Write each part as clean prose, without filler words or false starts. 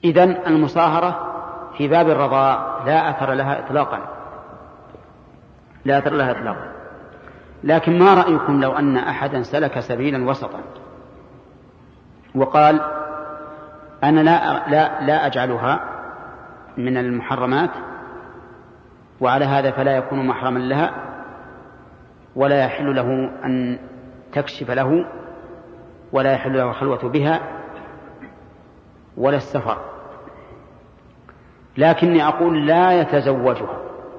إذن المصاهرة في باب الرضاء لا أثر لها إطلاقا، لا أثر لها إطلاقا. لكن ما رأيكم لو أن أحدا سلك سبيلا وسطا وقال أنا لا أجعلها من المحرمات، وعلى هذا فلا يكون محرما لها ولا يحل له أن تكشف له ولا يحل له الخلوة بها ولا السفر، لكني أقول لا يتزوجها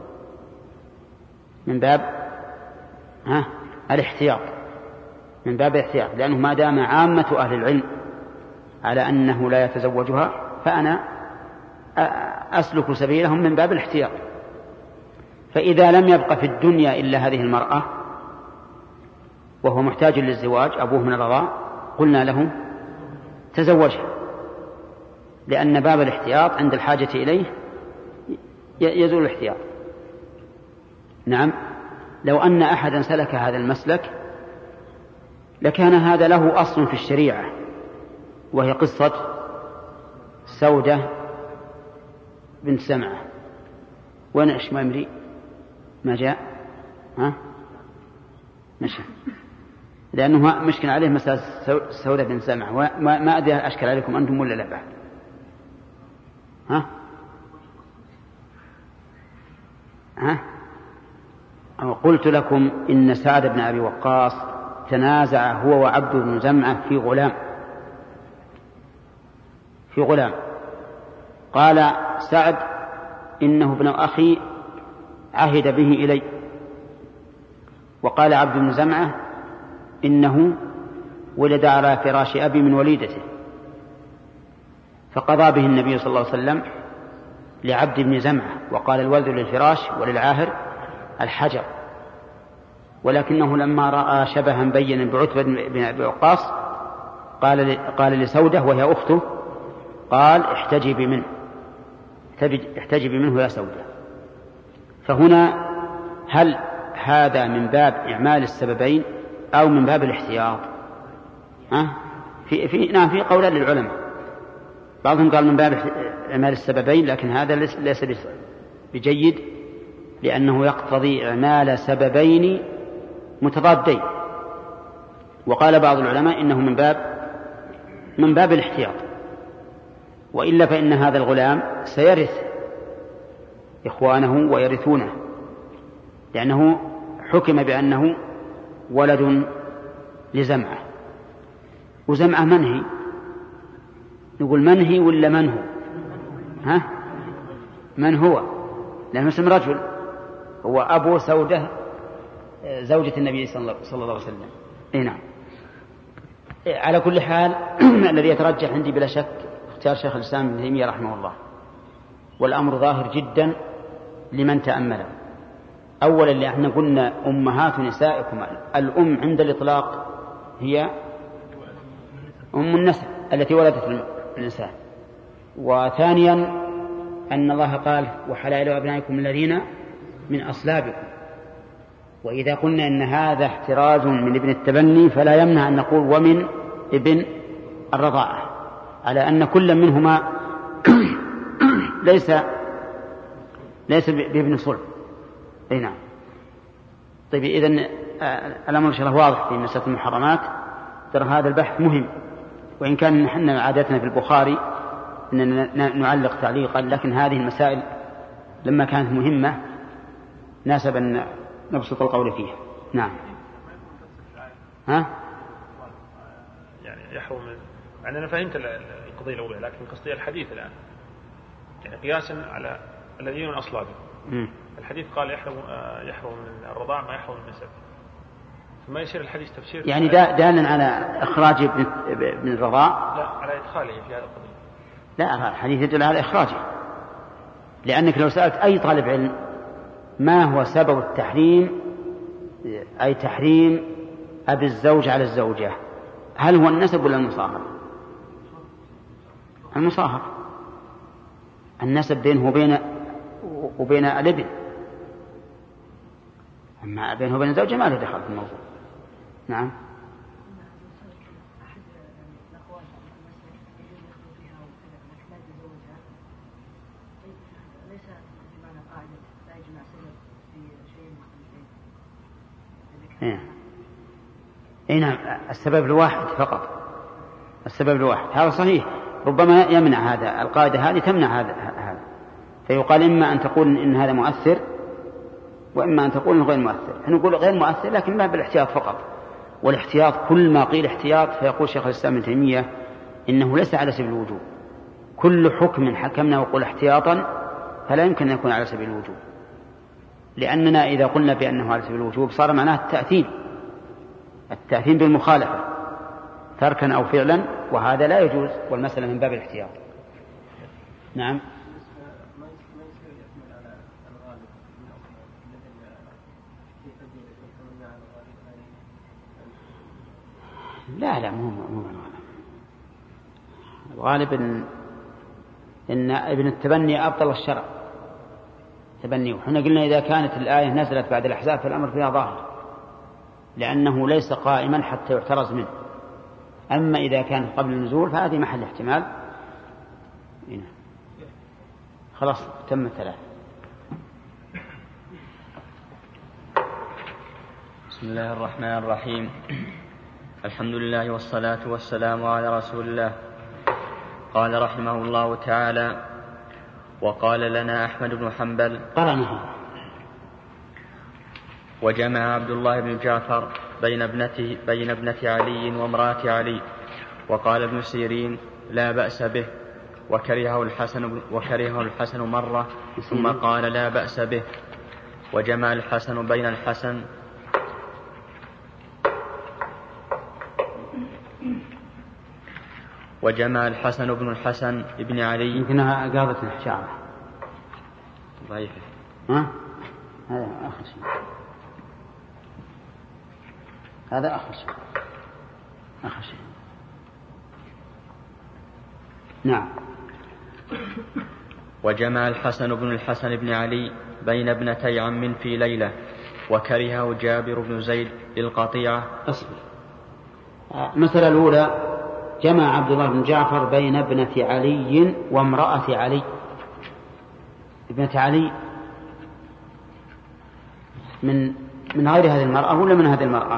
من باب الاحتياط، من باب الاحتياط، لأنه ما دام عامة أهل العلم على أنه لا يتزوجها فأنا أسلك سبيلهم من باب الاحتياط. فإذا لم يبق في الدنيا إلا هذه المرأة وهو محتاج للزواج أبوه من الرضاع قلنا له تزوجها، لأن باب الاحتياط عند الحاجة إليه يزول الاحتياط. نعم، لو أن أحدا سلك هذا المسلك لكان هذا له أصل في الشريعة، وهي قصة سودة بنت زمعة. وين إشمامري ما جاء؟ مشى، لأنه مشكل عليه مسألة سودة بنت زمعة، ما أدري أشكل عليكم أنتم ولا لا بعد. قلت لكم إن سعد بن أبي وقاص تنازع هو وعبد بن زمعة في غلام. قال سعد إنه ابن أخي عهد به إلي، وقال عبد بن زمعة إنه ولد على فراش أبي من وليدته، فقضى به النبي صلى الله عليه وسلم لعبد بن زمعة، وقال الولد للفراش وللعاهر الحجر. ولكنه لما رأى شبها بينا بعتبة بن أبي وقاص قال لسودة وهي أخته، قال احتجبي منه يا سودة. فهنا هل هذا من باب إعمال السببين أو من باب الاحتياط؟ في قولان للعلماء، بعضهم قال من باب إعمال السببين، لكن هذا ليس بجيد لأنه يقتضي إعمال سببين متضادين. وقال بعض العلماء إنه من باب الاحتياط، وإلا فإن هذا الغلام سيرث إخوانه ويرثونه، لأنه حكم بأنه ولد لزمعة. وزمعة منهي، نقول منهي ولا من هو؟ من هو؟ لأنه اسم رجل، هو أبو سودة زوجة النبي صلى الله عليه وسلم. نعم. على كل حال الذي يترجح عندي بلا شك اختيار شيخ الإسلام ابن تيمية رحمه الله، والأمر ظاهر جدا لمن تأمله. أولا لأننا قلنا أمهات نسائكم، الأم عند الإطلاق هي أم النسب التي ولدت الإنسان. وثانيا أن الله قال وحلائل أبنائكم الذين من أصلابكم. وإذا قلنا إن هذا احتراز من ابن التبني فلا يمنع أن نقول ومن ابن الرضاعة، على أن كل منهما ليس بابن صلب. أي نعم. طيب إذن الأمر إن شاء الله واضح في مسألة المحرمات. ترى هذا البحث مهم، وإن كان نحن عادتنا في البخاري أننا نعلق تعليقا، لكن هذه المسائل لما كانت مهمة ناسب أن نبسط القول فيها. نعم. يعني يحرم، يعني أنا فهمت القضية الأولى، لكن قصدي الحديث الآن يعني قياسا على الذين من أصلابهم. الحديث قال يحرم من الرضاع ما يحرم من النسب، ثم يصير الحديث تفسير يعني دالا على إخراج ابن الرضاع، لا على إدخاله في هذا القضية. لا، الحديث يدل على إخراجه، لأنك لو سألت أي طالب علم ما هو سبب التحريم، أي تحريم أبي الزوج على الزوجة، هل هو النسب ولا المصاهرة؟ المصاهرة. النسب بينه وبين الابن، أما بينه وبين الزوجة ما له دخل في الموضوع. نعم. نعم، السبب الواحد فقط، السبب الواحد هذا صحيح، ربما يمنع هذا، القاعدة هذه تمنع هذا، فيقال إما أن تقول إن هذا مؤثر وإما أن تقول إنه غير مؤثر. نقول غير مؤثر لكن ما بالاحتياط فقط، والاحتياط كل ما قيل احتياط فيقول شيخ الإسلام ابن تيمية إنه ليس على سبيل الوجوب، كل حكم حكمنا وقل احتياطا فلا يمكن أن يكون على سبيل الوجوب، لأننا إذا قلنا بأنه على سبيل الوجوب صار معناه التأثيم بالمخالفة تركا أو فعلا، وهذا لا يجوز، والمسألة من باب الاحتياط. نعم. لا مو الغالب إن ابن التبني أبطل الشرع تبني، وحنا قلنا إذا كانت الآية نزلت بعد الأحزاب فالأمر فيها ظاهر، لأنه ليس قائما حتى يحترز منه، أما إذا كان قبل النزول فهذه محل احتمال. خلاص تم 3. بسم الله الرحمن الرحيم. الحمد لله والصلاة والسلام على رسول الله. قال رحمه الله تعالى: وقال لنا أحمد بن حنبل وجمع عبد الله بن جعفر بين ابنة علي وامرأة علي، وقال ابن سيرين وكرهه الحسن مرة ثم قال لا بأس به، وجمع الحسن بين الحسن بن الحسن ابن علي. يمكنها قاضة الحشارة ضعيفة. هذا آخر شيء. نعم. وجمع الحسن بن الحسن بن علي بين ابنتي عم في ليلة، وكرهه جابر بن زيد للقطيعة. أصبر. المسألة الأولى: جمع عبد الله بن جعفر بين ابنة علي وامرأة علي. ابنة علي من غير هذه المرأة ولا من هذه المرأة؟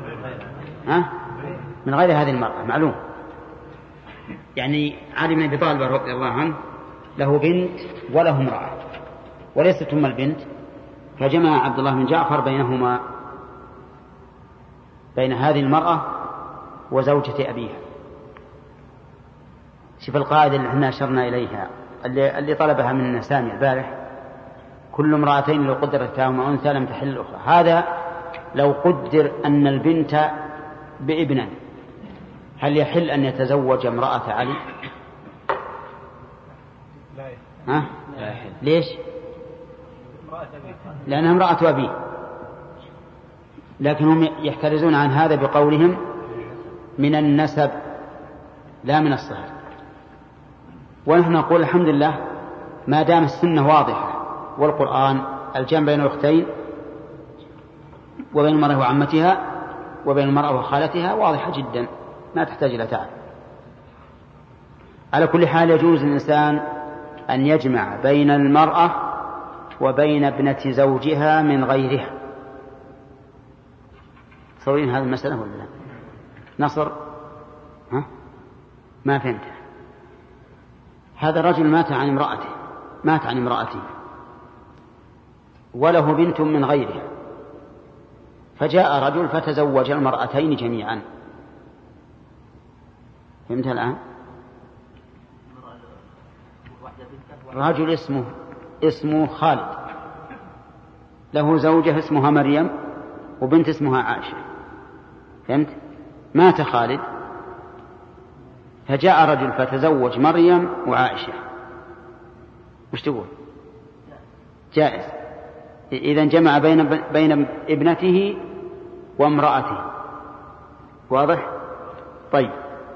من غير هذه المرأة، معلوم. يعني علي بن أبي طالب رضي الله عنه له بنت وله امرأة وليست ثم البنت، فجمع عبد الله بن جعفر بينهما، بين هذه المرأة وزوجة أبيها. شوف القاعدة اللي احنا أشرنا إليها اللي طلبها من سامي البارح: كل امرأتين لو قدرت لهما أنثى لم تحل الأخرى. هذا لو قدر أن البنت بابنا، هل يحل أن يتزوج امرأة علي؟ لا يحل. ليش؟ لأنها امرأة أبيه، لكن هم يحترزون عن هذا بقولهم من النسب لا من الصهر. ونحن نقول الحمد لله ما دام السنة واضحة والقرآن الجمع بين الأختين وبين المرأة وعمتها وبين المرأة وخالتها واضحة جدا، ما تحتاج إلى تعب. على كل حال يجوز للإنسان أن يجمع بين المرأة وبين ابنة زوجها من غيرها. تصورين هذه المسألة ولا لا؟ نصر ما فهمت. هذا الرجل مات عن امرأته وله بنت من غيرها، فجاء رجل فتزوج المرأتين جميعا. فهمت الآن؟ رجل اسمه خالد، له زوجة اسمها مريم وبنت اسمها عائشة. فهمت؟ مات خالد فجاء رجل فتزوج مريم وعائشة. وش تقول؟ جائز. إذن جمع بين ابنته وامرأته. واضح؟ طيب.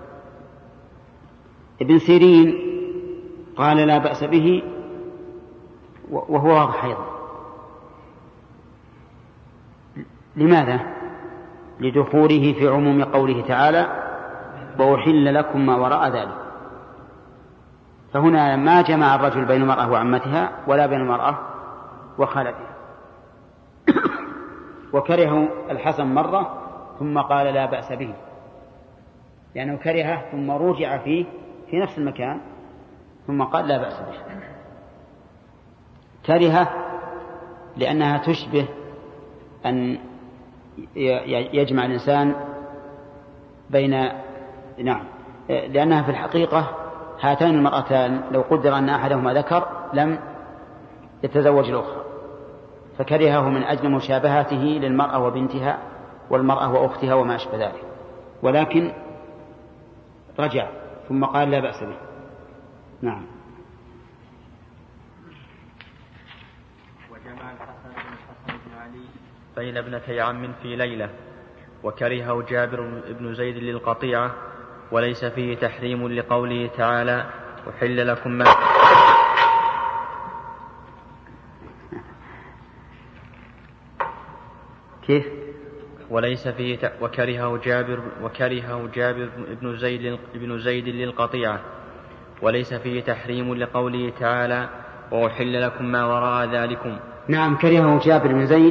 ابن سيرين قال لا بأس به، وهو واضح أيضا. لماذا؟ لدخوله في عموم قوله تعالى: وأحل لكم ما وراء ذلك. فهنا ما جمع الرجل بين المرأة وعمتها ولا بين المرأة وخالتها. وكره الحسن مرة ثم قال لا بأس به، لأنه كرهه ثم رجع فيه في نفس المكان ثم قال لا بأس به. كرهه لأنها تشبه أن يجمع الإنسان بين لأنها في الحقيقة هاتان المرأتان لو قدر أن أحدهما ذكر لم يتزوج الأخرى، فكرهه من أجل مشابهته للمرأة وبنتها والمرأة وأختها وما أشبه ذلك، ولكن رجع ثم قال لا بأس به. نعم. وجمع الحسن بن علي بين ابنتي عم في ليلة، وكرهه جابر بن زيد للقطيعة، وليس فيه تحريم لقوله تعالى أحل لكم ما كيف؟ وليس فيه وكرهه جابر بن زيد للقطيعة، وليس فيه تحريم لقوله تعالى وأحل لكم ما وراء ذلكم. نعم، كرهه جابر بن زيد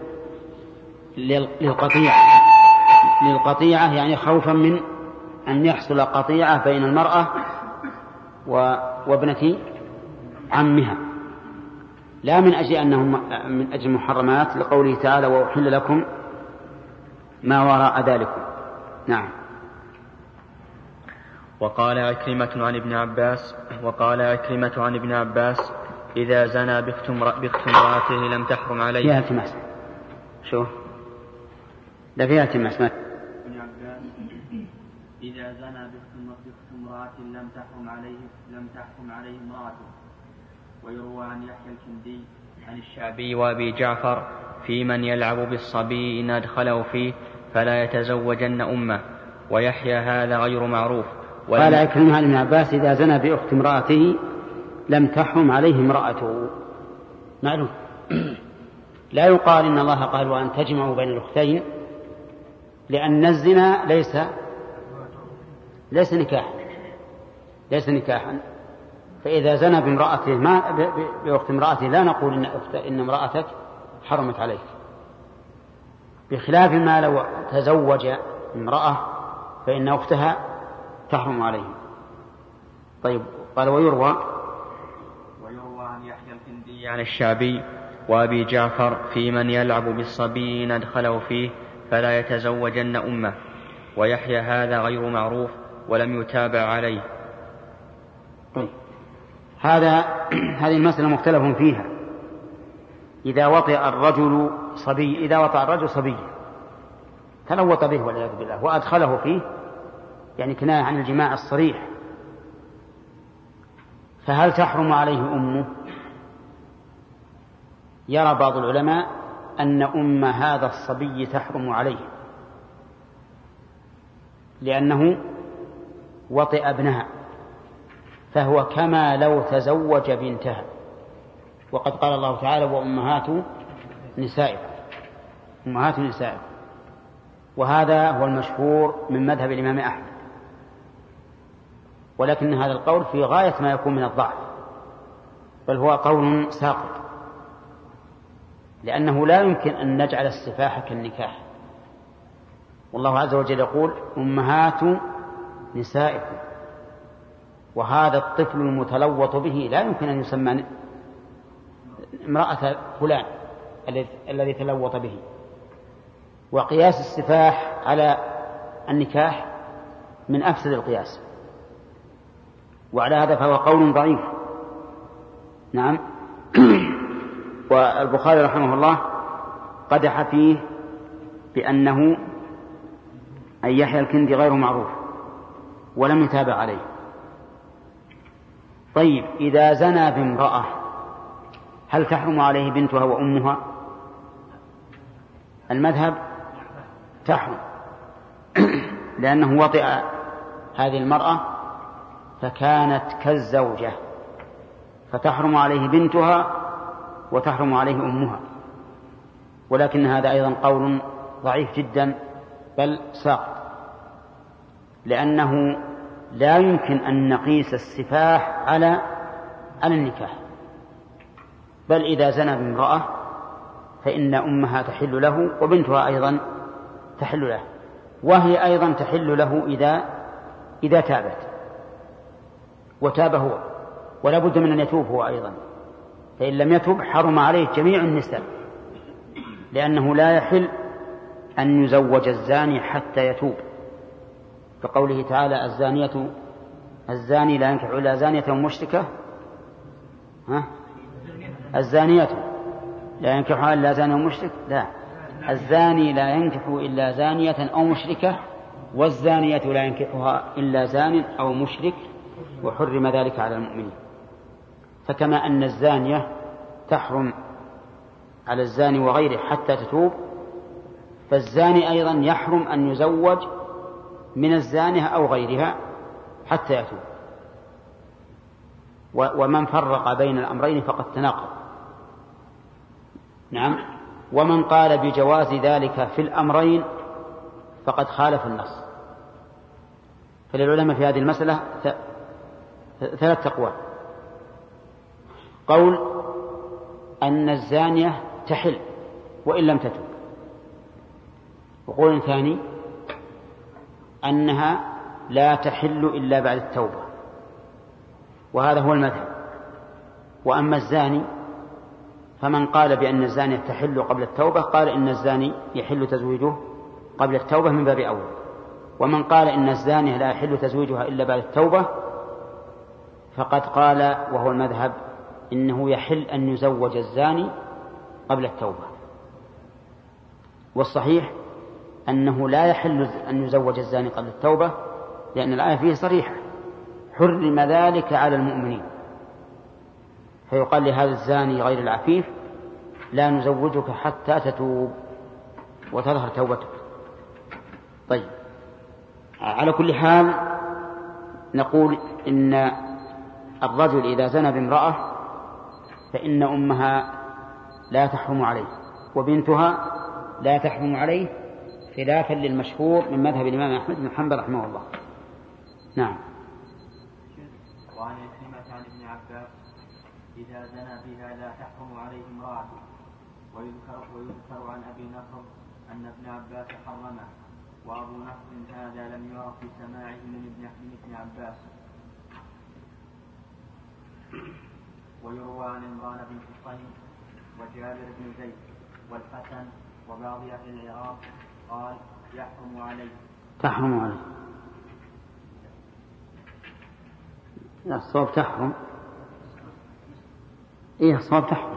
للقطيعة يعني خوفا من أن يحصل قطيعة بين المرأة وابنة عمها، لا من أجل أنهم من أجل محرمات، لقوله تعالى وأحل لكم ما وراء ذلكم. نعم. وقال عكرمة عن ابن عباس إذا زنى بأخت امرأته لم تحرم عليه. فيها التماس. شو؟ لا فيها التماس. ابن عباس إذا زنى بأخت امرأة لم تحرم عليه امرأته. ويروى عن يحيى الكندي عن الشعبي وأبي جعفر في من يلعب بالصبي إن أدخله فيه فلا يتزوجن أمه، ويحيى هذا غير معروف. قال عكرمة عن ابن عباس إذا زنى بأخت امرأته لم تحرم عليه امرأته. معلوم. لا يقال إن الله قال وأن تجمعوا بين الأختين، لأن الزنا ليس نكاحا. فإذا زنى بامرأته بأخت امرأته لا نقول إن امرأتك حرمت عليك، بخلاف ما لو تزوج امرأة فإن أختها تحرم عليه. طيب، قال ويروى عن يحيى الكندي عن الشعبي وأبي جعفر في من يلعب بالصبي إن أدخله فيه فلا يتزوجن أمه، ويحيى هذا غير معروف ولم يتابع عليه. طيب، هذه المسألة مختلف فيها. إذا وطأ الرجل صبي تلوط به والعياذ بالله وأدخله فيه، يعني كناية عن الجماع الصريح، فهل تحرم عليه أمه؟ يرى بعض العلماء أن أم هذا الصبي تحرم عليه، لأنه وطئ ابنها، فهو كما لو تزوج بنتها. وقد قال الله تعالى وأمهات نسائكم، وهذا هو المشهور من مذهب الإمام أحمد، ولكن هذا القول في غاية ما يكون من الضعف، بل هو قول ساقط، لأنه لا يمكن أن نجعل السفاح كالنكاح. والله عز وجل يقول أمهات نسائكم، وهذا الطفل المتلوط به لا يمكن أن يسمى امرأة فلان الذي تلوط به. وقياس السفاح على النكاح من أفسد القياس، وعلى هذا فهو قول ضعيف. نعم. والبخاري رحمه الله قدح فيه بأنه أن يحيى الكندي غير معروف ولم يتابع عليه. طيب، إذا زنى بامرأة هل تحرم عليه بنتها وأمها؟ المذهب تحرم، لأنه وطئ هذه المرأة فكانت كالزوجة، فتحرم عليه بنتها وتحرم عليه أمها. ولكن هذا أيضا قول ضعيف جدا بل ساقط، لأنه لا يمكن أن نقيس السفاح على النكاح، بل إذا زنى بامرأة فإن أمها تحل له وبنتها أيضا تحل له، وهي أيضا تحل له إذا تابت، وتاب هو، ولا بد من أن يتوب هو أيضا، فإن لم يتوب حرم عليه جميع النساء، لأنه لا يحل أن يزوج الزاني حتى يتوب، كقوله تعالى الزاني لا ينكح إلا زانية مشركة، الزانية لا ينكحها إلا زاني ومشرك، لا، الزاني لا ينكح إلا زانية أو مشركة، والزانية لا ينكحها إلا زان أو مشرك، وحرم ذلك على المؤمنين. فكما أن الزانية تحرم على الزاني وغيره حتى تتوب، فالزاني أيضا يحرم أن يزوج من الزانية أو غيرها حتى يتوب. ومن فرق بين الأمرين فقد تناقض. نعم. ومن قال بجواز ذلك في الأمرين فقد خالف النص. فللعلماء في هذه المسألة 3 أقوال: قول أن الزانية تحل وإن لم تتب، وقول ثاني أنها لا تحل إلا بعد التوبة، وهذا هو المذهب. وأما الزاني فمن قال بأن الزانية تحل قبل التوبة قال إن الزاني يحل تزويجه قبل التوبة من باب أول، ومن قال إن الزانية لا يحل تزويجها إلا بعد التوبة فقد قال، وهو المذهب، إنه يحل أن يزوج الزاني قبل التوبة. والصحيح أنه لا يحل أن يزوج الزاني قبل التوبة، لأن الآية فيه صريحة: حرم ذلك على المؤمنين. فيقال لهذا الزاني غير العفيف: لا نزوجك حتى تتوب وتظهر توبتك. طيب، على كل حال نقول إن الرجل إذا زنى بامرأة فإن أمها لا تحرم عليه وبنتها لا تحرم عليه، خلافا للمشهور من مذهب الإمام أحمد بن حنبل رحمه الله. نعم. وعن عكرمة عن ابن عباس: إذا زنى بها لا تحرم عليه امرأته. ويذكر عن أبي نصر أن ابن عباس حرمه، وأبو نصر هذا لم يرى في سماعه من ابن عباس. ويروى عن عمران بن حصين وجابر بن زيد والحسن وبعض أهل العراق قال: يحرم عليه. تحرم عليه. لا، الصواب تحرم. الصواب تحرم.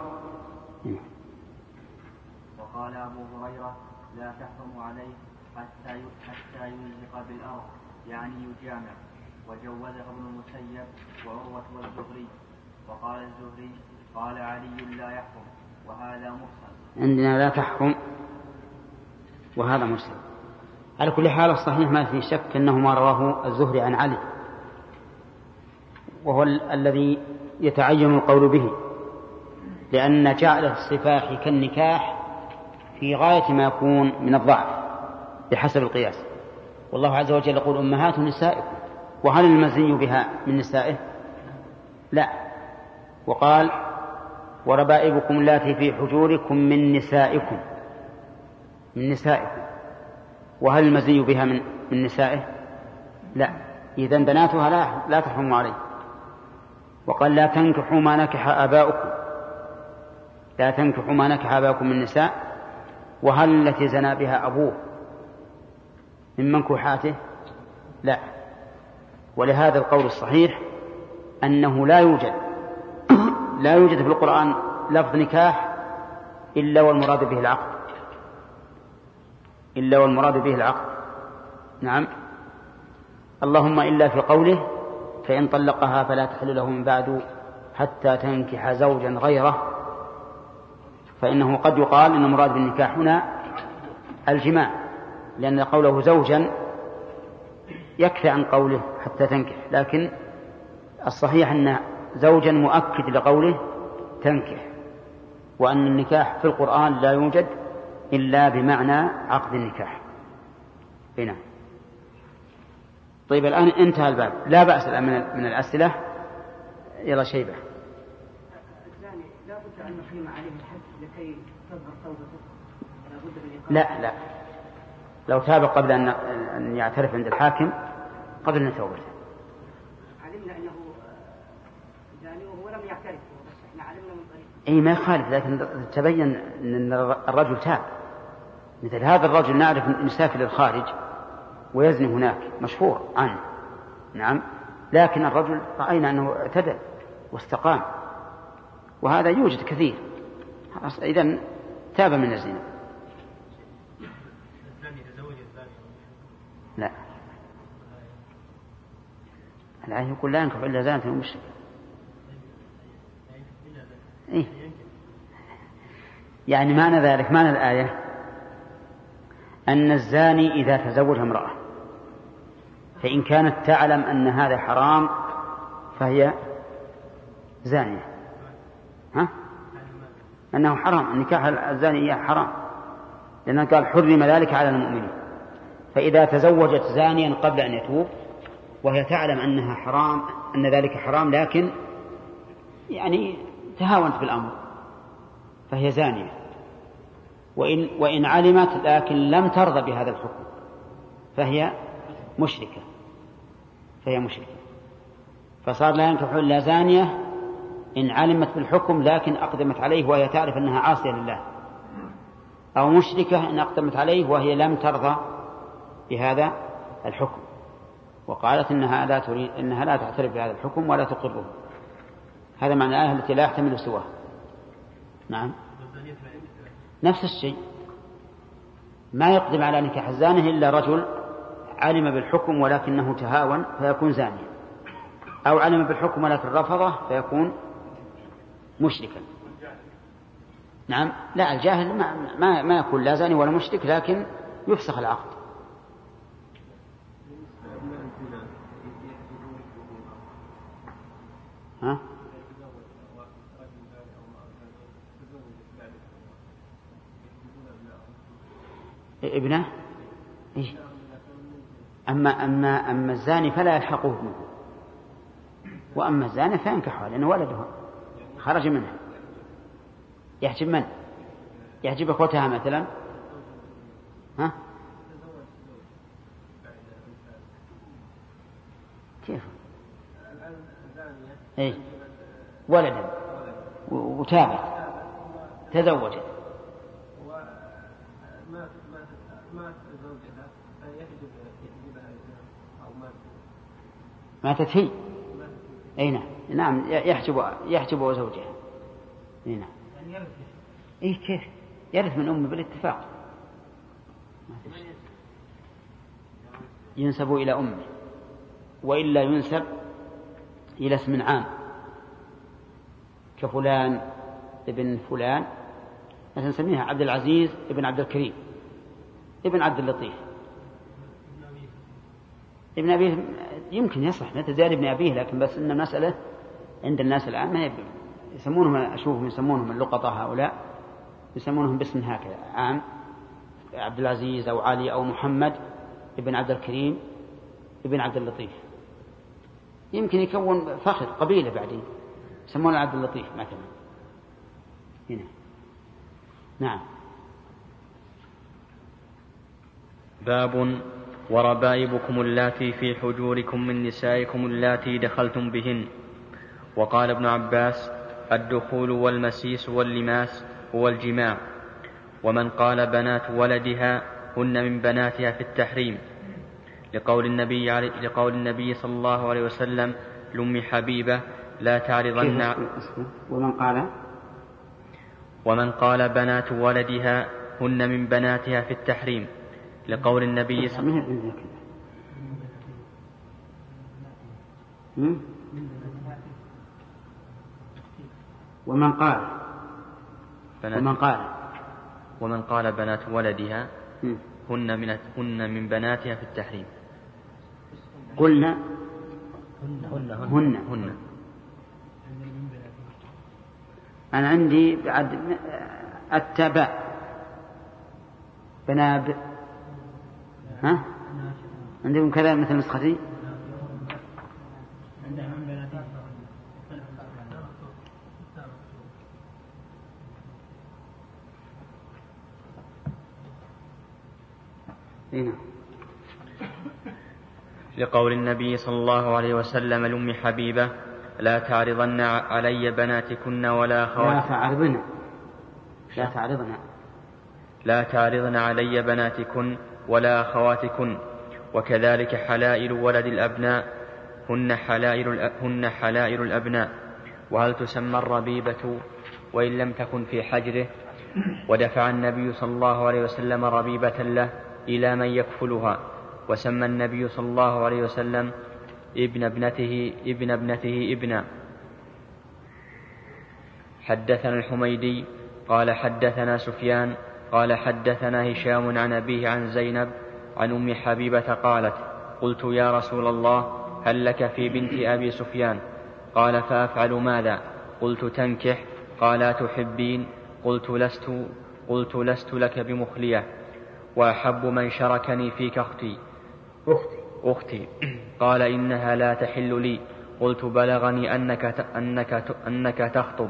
وقال أبو هريرة: لا تحرم عليه حتى يلزق بالأرض، يعني يجامع. وجوزه ابن المسيب وعروة والزهري. وقال الزهري: قال علي: لا يحرم، وهذا مرسل. عندنا لا تحرم وهذا مرسل. على كل حال الصحيح ما في شك أنه ما رواه الزهري عن علي، وهو الذي يتعين القول به، لأن جعل الصفاح كالنكاح في غاية ما يكون من الضعف بحسب القياس. والله عز وجل يقول: أمهات نسائكم، وهل المزني بها من نسائه؟ لا. وقال: وربائبكم اللاتي في حجوركم من نسائكم، وهل المزني بها من نسائه؟ لا. إذن بناتها لا تحرم عليه. وقال: لا تنكحوا ما نكح آباؤكم من نساء، وهل التي زنى بها أبوه من منكوحاته؟ لا. ولهذا القول الصحيح أنه لا يوجد في القرآن لفظ نكاح إلا والمراد به العقد. نعم. اللهم إلا في قوله: فإن طلقها فلا تحل له من بعد حتى تنكح زوجا غيره، فإنه قد يقال إن المراد بالنكاح هنا الجماع، لأن قوله زوجا يكفي عن قوله حتى تنكح، لكن الصحيح أن زوجا مؤكد لقوله تنكح، وأن النكاح في القرآن لا يوجد إلا بمعنى عقد النكاح. هنا. طيب، الآن انتهى الباب، لا بأس الآن من الأسئلة. يلا شيبة. الزاني لا بد أن نقيم عليه الحد لكي تظهر توبته. لا لو تاب قبل أن يعترف عند الحاكم قبل أن توبته. علمنا أنه زاني وهو لم يعترف، بس احنا علمنا من طريق. أي ما يخالف، لكن تبين أن الرجل تاب. مثل هذا الرجل نعرف أن يسافر للخارج ويزني هناك مشهور عنه، نعم، لكن الرجل رأينا أنه اعتدل واستقام، وهذا يوجد كثير. إذن تاب من الزنا. لا، الآية يقول لا ينكح إلا زانة ومشرك. إيه؟ يعني معنى ذلك، معنى الآية أن الزاني إذا تزوج امرأة فإن كانت تعلم أن هذا حرام فهي زانية. أنه حرام، النكاح الزاني حرام، لأنه قال حرم ذلك على المؤمنين. فإذا تزوجت زانيا قبل أن يتوب وهي تعلم أنها حرام، أن ذلك حرام، لكن يعني تهاونت بالأمر، فهي زانية. وإن علمت لكن لم ترضى بهذا الحكم فهي مشركة. فصار لا ينكح إلا زانية إن علمت بالحكم لكن أقدمت عليه وهي تعرف أنها عاصية لله، أو مشركة إن أقدمت عليه وهي لم ترضى بهذا الحكم وقالت إنها لا تعترف بهذا الحكم ولا تقره. هذا معنى الآية التي لا يحتمل سواه. نعم، نفس الشيء، ما يقدم على نكاح الزانية إلا رجل علم بالحكم ولكنه تهاون فيكون زانيا، أو علم بالحكم ولكن رفضه فيكون مشركا. نعم، لا، الجاهل ما يكون لا زاني ولا مشرك، لكن يفسخ العقد. ها؟ ابنه؟ إيه؟ أما الزاني فلا يلحقه ابنه، وأما الزاني فينكحها لأنه ولده خرج منها. يحجب من؟ يحجب أخوتها مثلا؟ ها؟ كيف؟ إيه؟ ولدا وتابت تزوجت ماتت هي. أي نعم، يحجب زوجها. أي نعم. إيه كيف؟ يرث من أمه بالاتفاق، ينسب إلى أمه، وإلا ينسب إلى اسم عام كفلان ابن فلان، مثلا نسميها عبد العزيز ابن عبد الكريم ابن عبد اللطيف ابن أبيه. يمكن يصح مثل زياد ابن أبيه، لكن بس إن المسألة عند الناس الآن ما يسمونهم، أشوفهم يسمونهم اللقطة هؤلاء يسمونهم باسم هكذا عام، عبد العزيز أو علي أو محمد ابن عبد الكريم ابن عبد اللطيف. يمكن يكون فخر قبيلة بعدين يسمونه عبد اللطيف مثلا هنا. نعم. باب وربائبكم اللاتي في حجوركم من نسائكم اللاتي دخلتم بهن. وقال ابن عباس: الدخول والمسيس واللماس هو الجماع. ومن قال بنات ولدها هن من بناتها في التحريم، لقول النبي صلى الله عليه وسلم لأم حبيبة: لا تعرضن. ومن قال بنات ولدها هن من بناتها في التحريم، لقول النبي صلى الله عليه وسلم. ومن قال بنات ولدها هن من بناتها في التحريم. قلنا هن. أنا عندي بعد التباء بناب. ها؟ عندكم كذا مثل نسختي؟ هنا. لقول النبي صلى الله عليه وسلم لأم حبيبة: لا تعرضن علي بناتكن ولا أخواتكن. لا تعرضن علي بناتكن ولا أخواتكن. وكذلك حلائل ولد الأبناء هن حلائل الأبناء. وهل تسمى الربيبة وإن لم تكن في حجره؟ ودفع النبي صلى الله عليه وسلم ربيبة له إلى من يكفلها، وسمى النبي صلى الله عليه وسلم ابن ابنته ابنا. حدثنا الحميدي قال حدثنا سفيان قال حدثنا هشام عن أبيه عن زينب عن أم حبيبة قالت: قلت يا رسول الله هل لك في بنت أبي سفيان؟ قال: فأفعل ماذا؟ قلت: تنكح. قال: تحبين؟ قلت: لست لك بمخلية، وأحب من شركني فيك أختي. قال: إنها لا تحل لي. قلت: بلغني أنك تخطب.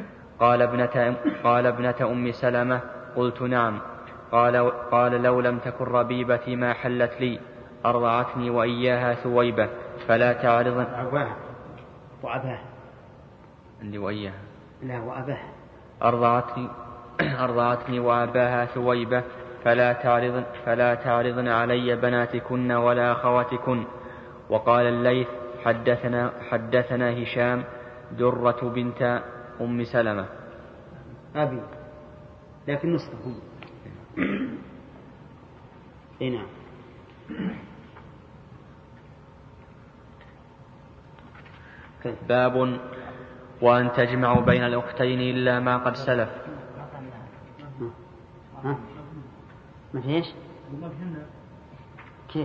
قال: ابنة أم سلمة. قلت: نعم. قال: لو لم تكن ربيبتي ما حلت لي. أرضعتني وإياها ثويبة فلا تعرضن. وأباها عندي وإياها. لا، وأباها. أرضعتني وأباها ثويبة فلا تعرضن علي بناتكن ولا أخواتكن. وقال الليث: حدثنا هشام درة بنت أم سلمة. أبي لكن نصفهم. نعم. باب وأن تجمع بين الأختين إلا ما قد سلف. ما فيش كيف؟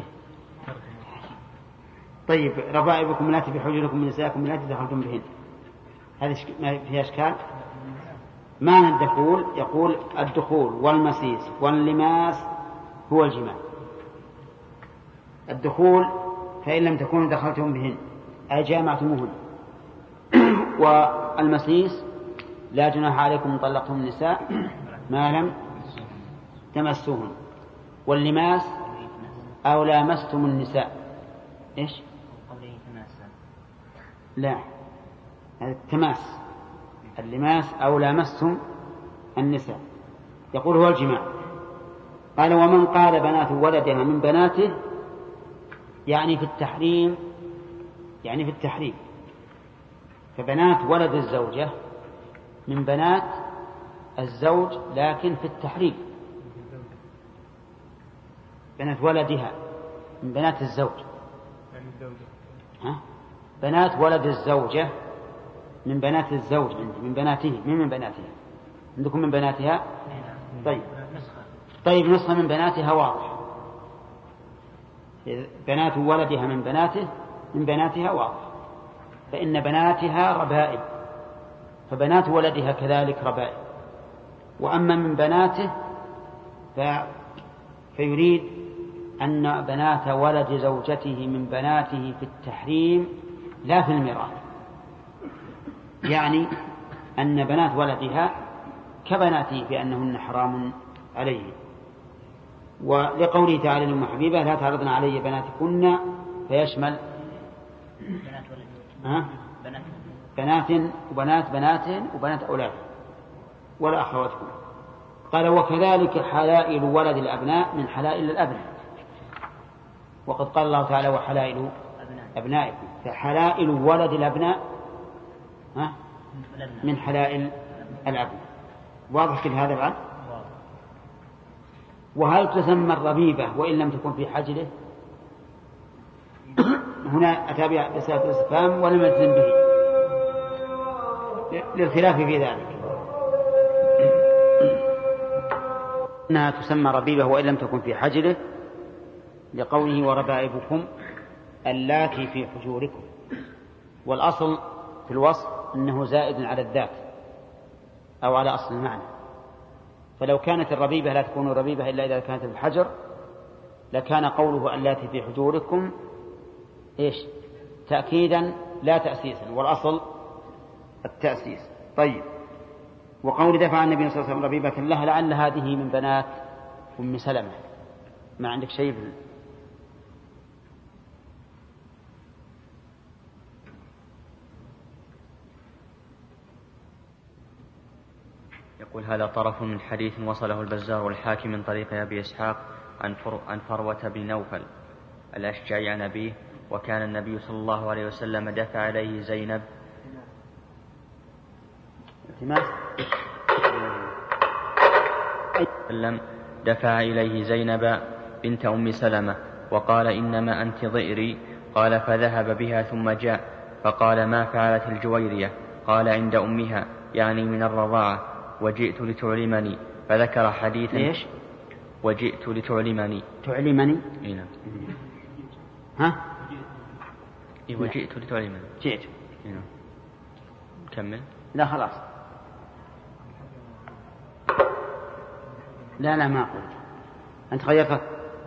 طيب، ربائبكم التي في حجوركم من نسائكم التي دخلتم بهن، هذا ما فيها إشكال. معنى الدخول يقول: الدخول والمسيس واللماس هو الجماع. الدخول فإن لم تكونوا دخلتم بهن أي جامعتموهن. والمسيس لا جناح عليكم إن طلقتم النساء ما لم تمسوهن. واللماس أو لامستم النساء. إيش؟ لا، هذا التماس. اللماس أو لامستم النساء يقول هو الجماع. قال: ومن قال بنات ولدها من بناته، يعني في التحريم. فبنات ولد الزوجة من بنات الزوج لكن في التحريم. بنات ولدها من بنات الزوج. بنات ولد الزوجة من بنات الزوج، من بناته، من بناتها. عندكم من بناتها؟ طيب، نسخة من بناتها واضح. بنات ولدها من بناته من بناتها واضح، فإن بناتها ربائب، فبنات ولدها كذلك ربائب. وأما من بناته فيريد أن بنات ولد زوجته من بناته في التحريم لا في الميراث، يعني أن بنات ولدها كبناته بأنهن حرام عليه. ولقوله تعالى لأم حبيبة: لا تعرضن علي بناتكن، فيشمل بنات وبنات بناتهن وبنات أولادهن ولا أخواتكم. قال: وكذلك حلائل ولد الأبناء من حلائل الأبناء. وقد قال الله تعالى: وحلائل أبنائكم. فحلائل ولد الأبناء من حلائل الأبناء. واضح كل هذا بعد؟ وهل تسمى الربيبة وإن لم تكن في حجره؟ هنا أتى بصيغة الاستفهام ولم يلزم به للخلاف في ذلك. إنها تسمى ربيبة وإن لم تكن في حجره لقوله: وربائبكم اللاتي في حجوركم. والأصل في الوصف أنه زائد على الذات أو على أصل المعنى. فلو كانت الربيبة لا تكون ربيبة إلا إذا كانت في الحجر لكان قوله اللاتي في حجوركم إيش؟ تأكيدا لا تأسيسا، والأصل التأسيس. طيب، وقول دفع النبي صلى الله عليه وسلم ربيبة لها لعل هذه من بنات أم سلمة، ما عندك شيء يقول هذا طرف من حديث وصله البزار والحاكم من طريق أبي إسحاق عن فروة بن نوفل الأشجعي عن أبيه. وكان النبي صلى الله عليه وسلم دفع إليه زينب دفع إليه زينب بنت أم سلمة وقال إنما أنت ضئري. قال فذهب بها ثم جاء فقال ما فعلت الجويرية؟ قال عند أمها يعني من الرضاعة وجئت لتعلمني. فذكر حديثا. ليش؟ وجئت لتعلمني. تعلمني؟ نعم. ها؟ وجئت لتعلمني. جئت. نعم. كمل. لا خلاص. لا ما قلت. أنت غيرت.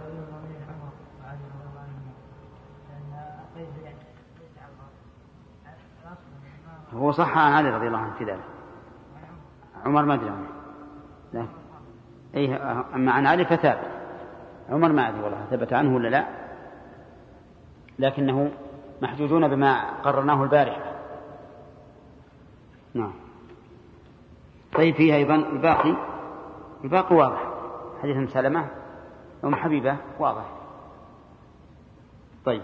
هو صح عن علي رضي الله عنه في ذلك. عمر ما أدري عنه. لا. إيه أما عن علي فثابت. عمر ما أدري والله ثبت عنه ولا لا، لكنه محجوجون بما قررناه البارحة. نعم. طيب فيه أيضا الباقي واضح. حديث أم سلمة أم حبيبة واضح. طيب.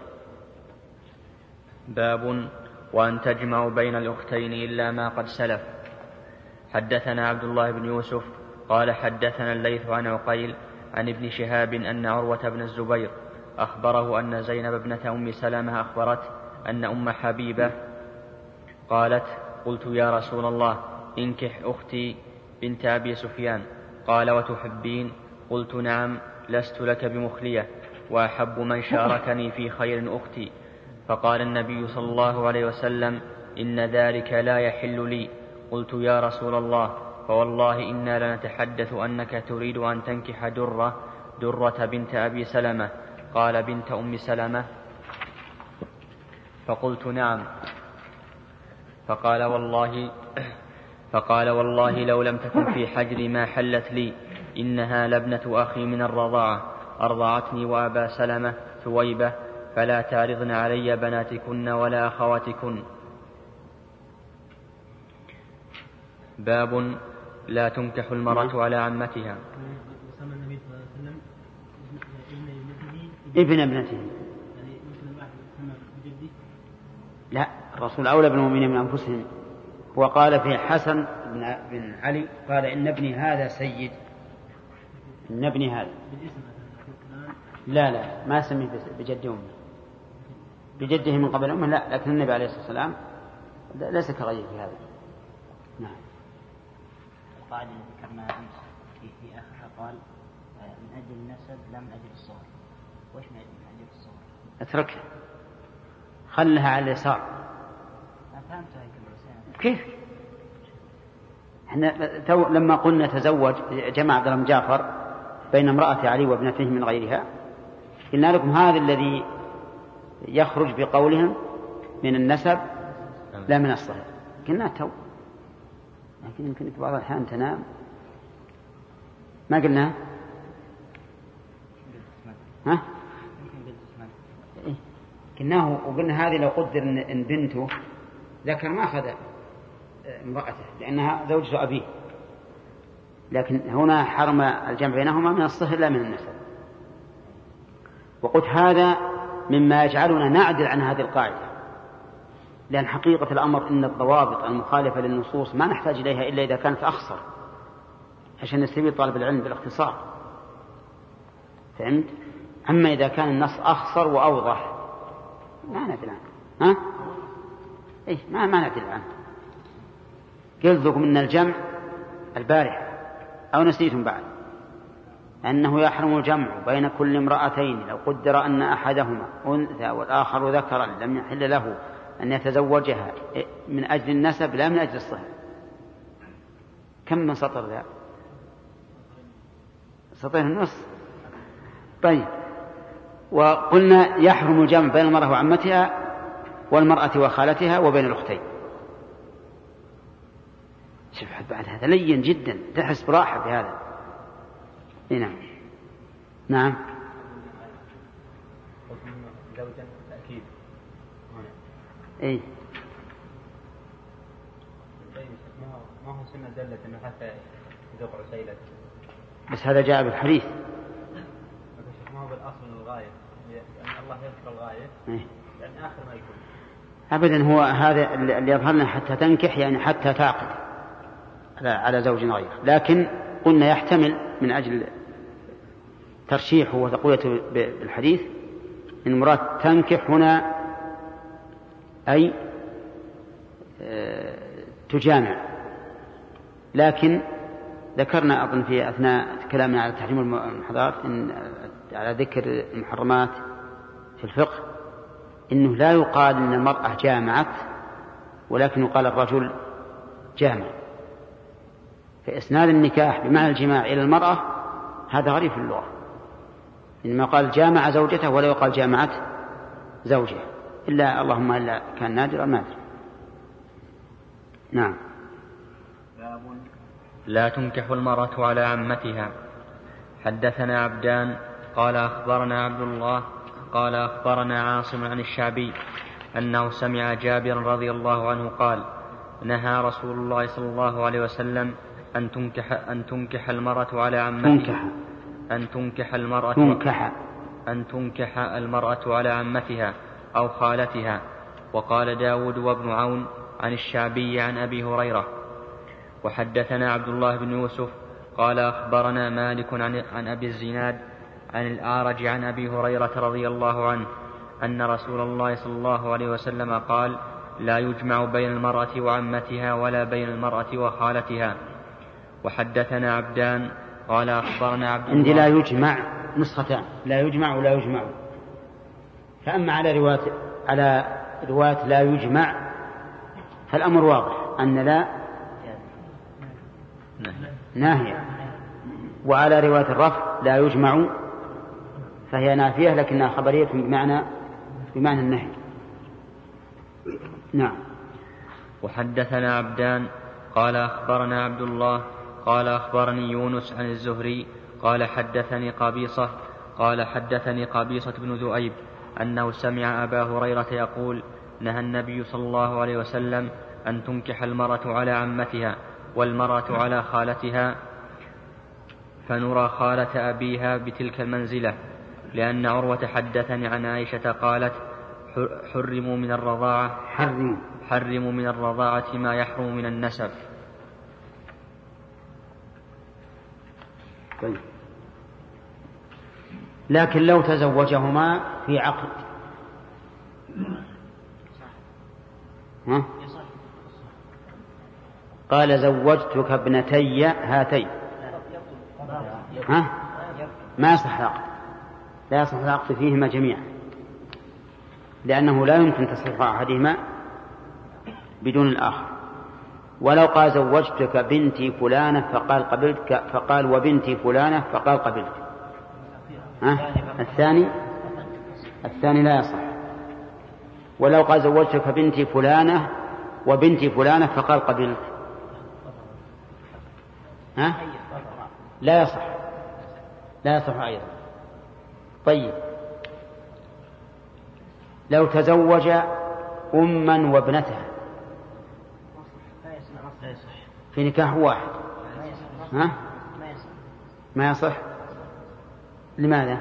باب وأن تجمع بين الأختين إلا ما قد سلف. حدثنا عبد الله بن يوسف قال حدثنا الليث عن عقيل عن ابن شهاب أن عروة بن الزبير أخبره أن زينب ابنة أم سلمة أخبرت أن أم حبيبة قالت قلت يا رسول الله انكح أختي بنت أبي سفيان. قال وتحبين؟ قلت نعم لست لك بمخلية وأحب من شاركني في خير أختي. فقال النبي صلى الله عليه وسلم إن ذلك لا يحل لي. قلت يا رسول الله فوالله إنا لنتحدث أنك تريد أن تنكح درة بنت أبي سلمة. قال بنت أم سلمة؟ فقلت نعم. فقال والله لو لم تكن في حجري ما حلت لي. إنها لابنة أخي من الرضاعة أرضعتني وأبا سلمة ثويبة فلا تعرضن علي بناتكن ولا أخواتكن. باب لا تنكح المرأة على عمتها. ابن ابنته. لا الرسول أولى بالمؤمنين من أنفسهم. وقال في حسن بن علي قال إن ابني هذا سيد. إن ابني هذا لا ما سميه بجد أمه بجده من قبل أمه لا، لكن النبي عليه الصلاة والسلام ليس كغيره في هذا. نعم. القاعدة اللي ذكرناها أمس في آخرها قال من أجل النسب لا من أجل الصغر. وإيش من أجل الصغر؟ اتركها خلها على اليسار. ما فهمتها كيف؟ احنا لما قلنا تزوج جمع عبد الله بن جعفر بين امرأة علي وابنته من غيرها قلنا لكم هذا الذي يخرج بقولهم من النسب لا من الصهر. قلنا تو لكن يمكن في بعض الأحيان تنام. ما قلنا ها؟ قلناه وقلنا هذه لو قدر إن بنته ذكر ما أخذ امرأته لأنها زوجة أبيه، لكن هنا حرم الجمع بينهما من الصهر لا من النسب. وقلت هذا مما يجعلنا نعدل عن هذه القاعدة، لأن حقيقة الأمر إن الضوابط المخالفة للنصوص ما نحتاج إليها إلا إذا كانت أخصر عشان نستفيد طالب العلم بالاختصار. فهمت؟ أما إذا كان النص أخصر وأوضح ما نعدل عنه. ها؟ إيه ما نعدل عنه. قلت لكم إن الجمع البارحة أو نسيتم بعد أنه يحرم الجمع بين كل امرأتين لو قدر أن أحدهما أنثى والآخر ذكرا لم يحل له أن يتزوجها من أجل النسب لا من أجل الصهر. كم من سطر ذا؟ سطرين النص. طيب وقلنا يحرم الجمع بين المرأة وعمتها والمرأة وخالتها وبين الأختين. شوف بعد هذا لين جدا تحس براحة بهذا. نعم. زوجا تأكيد هنا. إيه. ما هو سنة دلت إنه حتى يذوق عسيلة. بس هذا جاء بالحديث. ما هو بالأصل الغاية، يعني الله يذكر الغاية. إيه. يعني آخر ما يكون. أبدا، هو هذا اللي يظهرنا حتى تنكح، يعني حتى تعقد على زوج غيره. لكن قلنا يحتمل من أجل ترشيحه وتقويته بالحديث إن المراد تنكح هنا أي تجامع. لكن ذكرنا أظن في أثناء كلامنا على تحريم المحرمات إن على ذكر المحرمات في الفقه إنه لا يقال إن المرأة جامعت، ولكن يقال الرجل جامع. فإسناد النكاح بمعنى الجماع إلى المرأة هذا غريب في اللغة، إنما قال جامع زوجته ولا يقال جامعت زوجه، إلا اللهم إلا كان نادرا ما أدري. نعم. لا تنكح المرأة على عمتها. حدثنا عبدان قال أخبرنا عبد الله قال أخبرنا عاصم عن الشعبي أنه سمع جابر رضي الله عنه قال نهى رسول الله صلى الله عليه وسلم أن تنكح المرأة على عمتها أن تنكح المرأة على عمتها أو خالتها. وقال داود وابن عون عن الشعبي عن أبي هريرة. وحدثنا عبد الله بن يوسف قال أخبرنا مالك عن أبي الزناد عن الأعرج عن أبي هريرة رضي الله عنه أن رسول الله صلى الله عليه وسلم قال لا يجمع بين المرأة وعمتها ولا بين المرأة وخالتها. وحدثنا عبدان قال أخبرنا عبد الله. عندي لا يجمع نسختان، لا يجمع ولا يجمع. فأما على رواية لا يجمع فالأمر واضح أن لا ناهية، وعلى رواية الرفع لا يجمع فهي نافية لكنها خبرية بمعنى النهي. نعم. وحدثنا عبدان قال أخبرنا عبد الله قال أخبرني يونس عن الزهري قال حدثني قبيصة بن ذؤيب أنه سمع أبا هريرة يقول نهى النبي صلى الله عليه وسلم أن تنكح المرأة على عمتها والمرأة على خالتها، فنرى خالة أبيها بتلك المنزلة، لأن عروة حدثني عن عائشة قالت حرموا من الرضاعة ما يحرم من النسب. طيب. لكن لو تزوجهما في عقد قال زوجتك ابنتي هاتين ما يصح العقد، لا يصح العقد فيهما جميعا، لأنه لا يمكن تصريح أحدهما بدون الآخر. ولو قال زوجتك بنتي فلانة فقال قبلت، فقال وبنتي فلانة فقال قبلت، الثاني لا يصح. ولو قال زوجتك بنتي فلانة وبنتي فلانة فقال قبلت لا يصح أيضا. طيب، لو تزوج أما وابنتها في نكاح واحد ما يصح. لماذا؟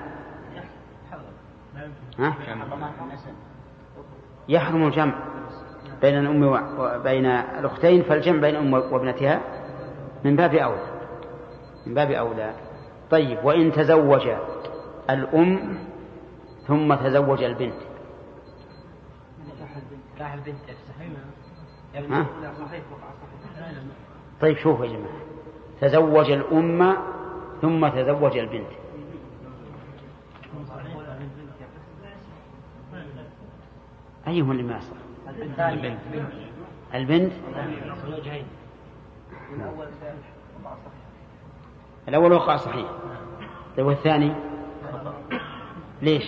يحرم الجمع بين الأم وبين الأختين، فالجمع بين الأم وابنتها من باب أولى. طيب، وإن تزوج الأم ثم تزوج البنت طيب شوفوا يا جماعة، تزوج الأم ثم تزوج البنت أيهما اللي ما يصح؟ البنت الأول وقع صحيح. طيب والثاني ليش؟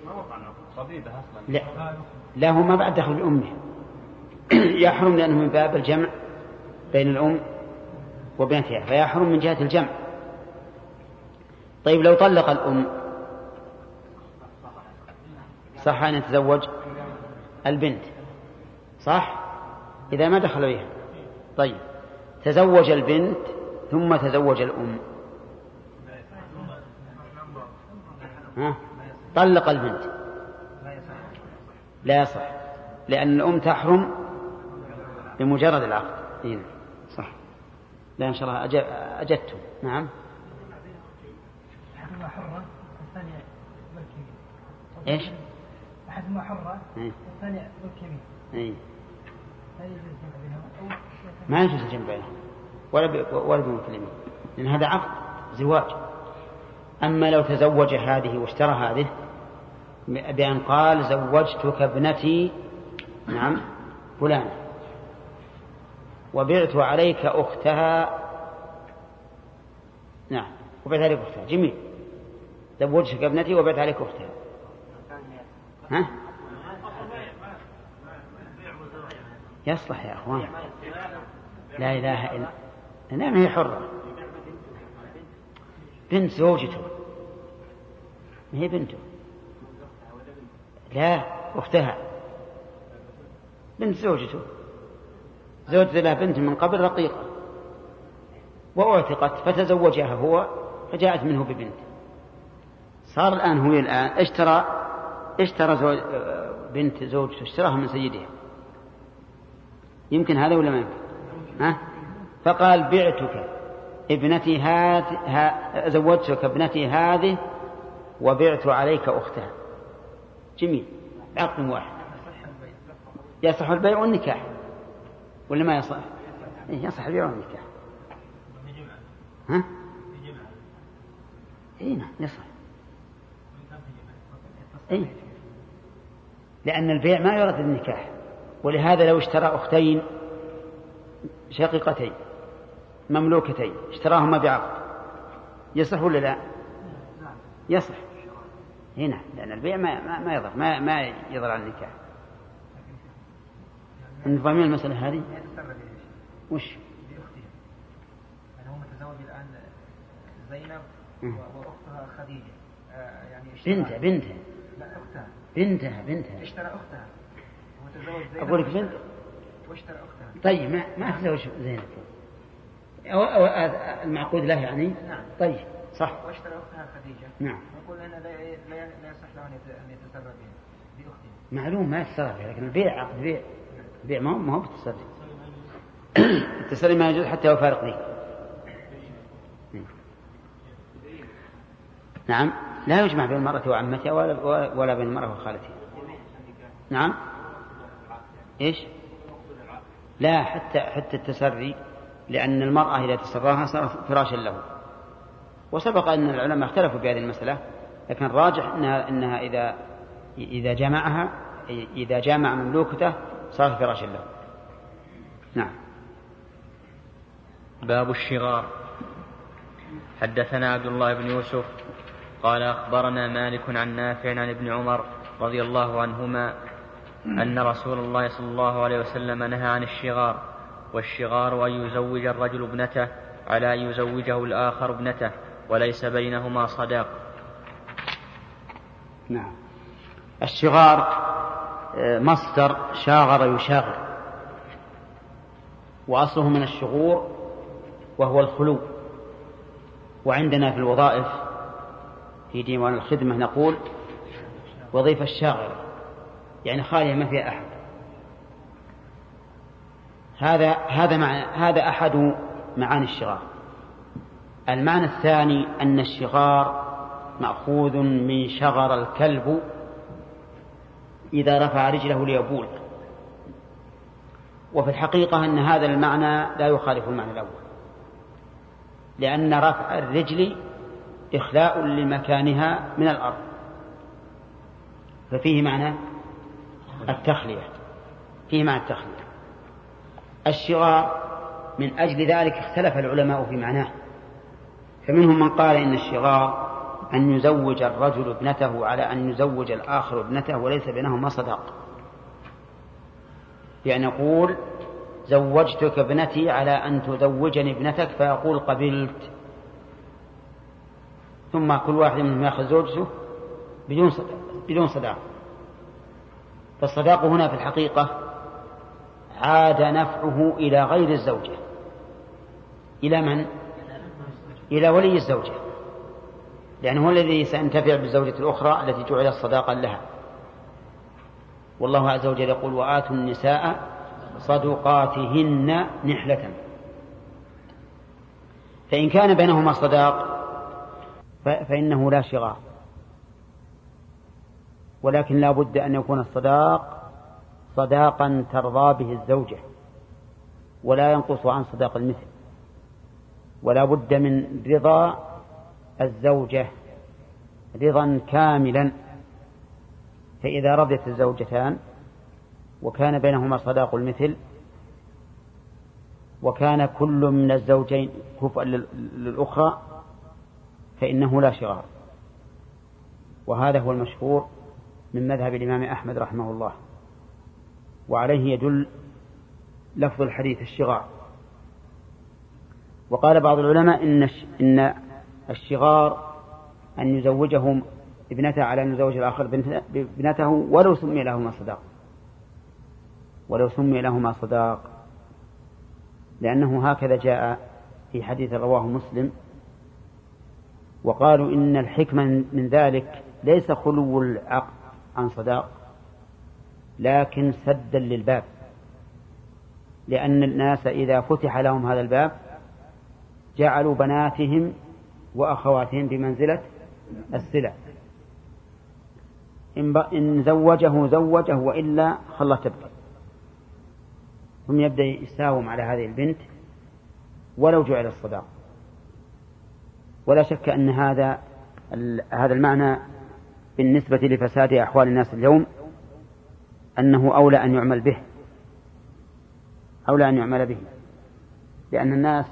لا هو ما بعد دخل بأمه يحرم لأنه من باب الجمع بين الأم وبنتها، فيحرم من جهة الجمع. طيب لو طلق الأم صح أن يتزوج البنت، صح إذا ما دخل بها. طيب تزوج البنت ثم تزوج الأم، طلق البنت لا يصح، لأن الأم تحرم بمجرد العقد. هنا صح. لا إن شاء الله أجدتم. نعم. أحدهما حرة والثانية ملك يمين. إيش؟ أحدهما حرة والثانية ملك يمين. ما يجوز الجمع بينهم ولا بملك اليمين، لأن هذا عقد زواج. أما لو تزوج هذه واشترى هذه بأن قال زوجتك ابنتي نعم فلان وبعت عليك أختها، نعم وبعت عليك أختها، جميل، زوجتك ابنتي وبعت عليك أختها، ها؟ يصلح يا أخوان. لا إله إلا نعم هي حرة، بنت زوجته، ما هي بنته، لا أختها، بنت زوجته، زوجت لها بنت من قبل رقيقة وأعتقت فتزوجها هو فجاءت منه ببنت، صار الآن هو الآن اشترى بنت زوجته، اشتراها من سيدها، يمكن هذا ولا ما يمكن؟ ها؟ فقال بعتك ابنتي هذه، زوجتك ابنتي هذه وبعت عليك أختها، جميل، عقد واحد. يصح البيع والنكاح ولا ما يصح؟ يصح البيع والنكاح. ها؟ نعم يصح. لأن البيع ما يرد النكاح، ولهذا لو اشترى أختين شقيقتين مملوكتين اشتراهما بعقد يصح ولا لا؟ يصح هنا، لأن البيع ما يضر ما يضر على النكاح. نفهم المسألة هذه؟ وش؟ يعني هو متزوج الآن زينب وأختها خديجة، يعني بنتها لا أختها بنتها اشترى أختها وتزوج زينب. أقول لك بنت واشترى أختها. طيب ما تزوج زينب أو المعقود له يعني. نعم. طيب صح. واشترى أختها خديجة. نعم. نقول أن لا يصح له أن يتسرى بأخته. معلوم ما يتسرى بها، لكن البيع عقد بيع ما هو بالتسري. التسري ما يجوز حتى يفارق لي. نعم لا يجمع بين المرأة وعمتها ولا بين المرأة وخالتها. نعم إيش؟ لا حتى التسري، لأن المرأة إذا تسراها صار فراشا له، وسبق أن العلماء اختلفوا في هذه المسألة، لكن الراجح أنها إذا جامع مملوكته صار فراشا له. نعم. باب الشغار. حدثنا عبد الله بن يوسف قال أخبرنا مالك عن نافع عن ابن عمر رضي الله عنهما أن رسول الله صلى الله عليه وسلم نهى عن الشغار، والشغار أن يزوج الرجل ابنته على أن يزوجه الآخر ابنته وليس بينهما صداق. نعم. الشغار مصدر شاغر يشاغر، وأصله من الشغور وهو الخلو. وعندنا في الوظائف في ديوان الخدمة نقول وظيفة الشاغرة، يعني خالية ما فيها أحد. هذا أحد معاني الشغار. المعنى الثاني أن الشغار مأخوذ من شغر الكلب إذا رفع رجله ليبول، وفي الحقيقة أن هذا المعنى لا يخالف المعنى الأول، لأن رفع الرجل إخلاء لمكانها من الأرض، ففيه معنى التخلية، الشغار من أجل ذلك اختلف العلماء في معناه، فمنهم من قال إن الشغار أن يزوج الرجل ابنته على أن يزوج الآخر ابنته وليس بينهما صداق، يعني يقول زوجتك ابنتي على أن تزوجني ابنتك، فيقول قبلت، ثم كل واحد منهم يأخذ زوجته بدون صداق. فالصداق هنا في الحقيقة عاد نفعه إلى غير الزوجة. إلى من؟ إلى ولي الزوجة، لأنه هو الذي سينتفع بالزوجة الأخرى التي جعلت صداقا لها. والله عز وجل يقول وآتوا النساء صدقاتهن نحلة. فإن كان بينهما صداق فإنه لا شغار، ولكن لا بد أن يكون الصداق صداقا ترضى به الزوجة ولا ينقص عن صداق المثل، ولا بد من رضا الزوجة رضا كاملا. فإذا رضيت الزوجتان وكان بينهما صداق المثل وكان كل من الزوجين كفءا للأخرى فإنه لا شغار. وهذا هو المشهور من مذهب الإمام أحمد رحمه الله، وعليه يدل لفظ الحديث الشغار. وقال بعض العلماء إن الشغار أن يزوجهم ابنته على أن يزوج الآخر ابنته ولو سمي لهما صداق، لأنه هكذا جاء في حديث رواه مسلم. وقالوا إن الحكمة من ذلك ليس خلو العقد عن صداق، لكن سدا للباب، لأن الناس إذا فتح لهم هذا الباب جعلوا بناتهم وأخواتهم بمنزلة السلع، إن زوجه وإلا خلى تبكي، ثم يبدأ يساوم على هذه البنت ولو جعل الصداق. ولا شك أن هذا المعنى بالنسبة لفساد أحوال الناس اليوم أنه أولى أن يعمل به، لأن الناس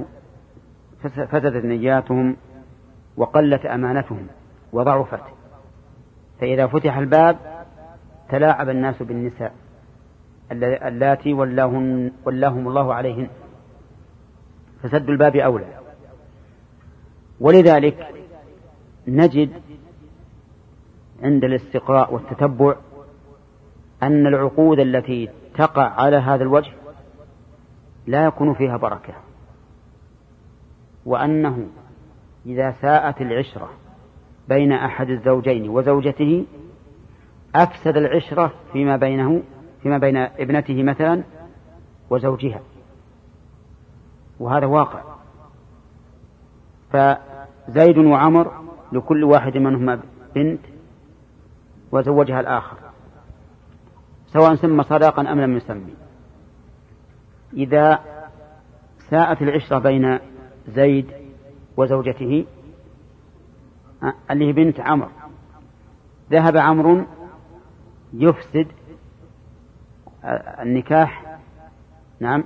فسدت نياتهم وقلت أمانتهم وضعفت. فإذا فتح الباب تلاعب الناس بالنساء اللاتي ولاهم الله عليهن، فسد الباب أولى. ولذلك نجد عند الاستقراء والتتبع أن العقود التي تقع على هذا الوجه لا يكون فيها بركة، وأنه إذا ساءت العشرة بين أحد الزوجين وزوجته أفسد العشرة فيما بين ابنته مثلا وزوجها، وهذا واقع. فزيد وعمر لكل واحد منهما بنت وزوجها الآخر، سواء سمى صداقا أم لم يسمي. إذا ساءت العشرة بين زيد وزوجته اللي هي بنت عمرو، ذهب عمرو يفسد النكاح، نعم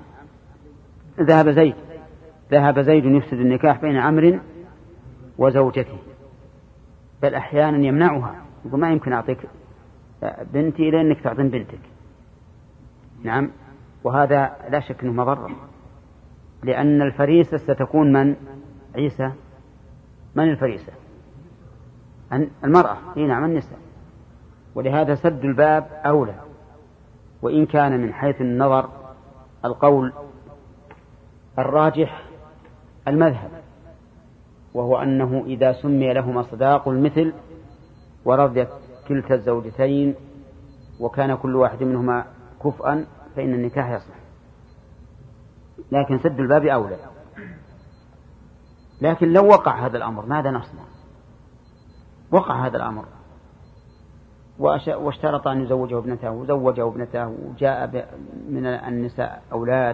ذهب زيد يفسد النكاح بين عمرو وزوجته، بل أحيانا يمنعها، يقول ما يمكن أعطيك بنتي إلى أنك تعطين بنتك. نعم، وهذا لا شك أنه مضرة، لأن الفريسة ستكون من؟ عيسى. من الفريسة؟ المرأة. نعم، النساء. ولهذا سد الباب أولى، وإن كان من حيث النظر القول الراجح المذهب، وهو أنه إذا سمي لهما صداق المثل ورضيت كلتا الزوجتين وكان كل واحد منهما كفءا فإن النكاح يصح، لكن سد الباب أولى. لكن لو وقع هذا الأمر ماذا نصنع؟ وقع هذا الأمر واشترط أن يزوجه ابنته وزوجه ابنته وجاء من النساء أولاد،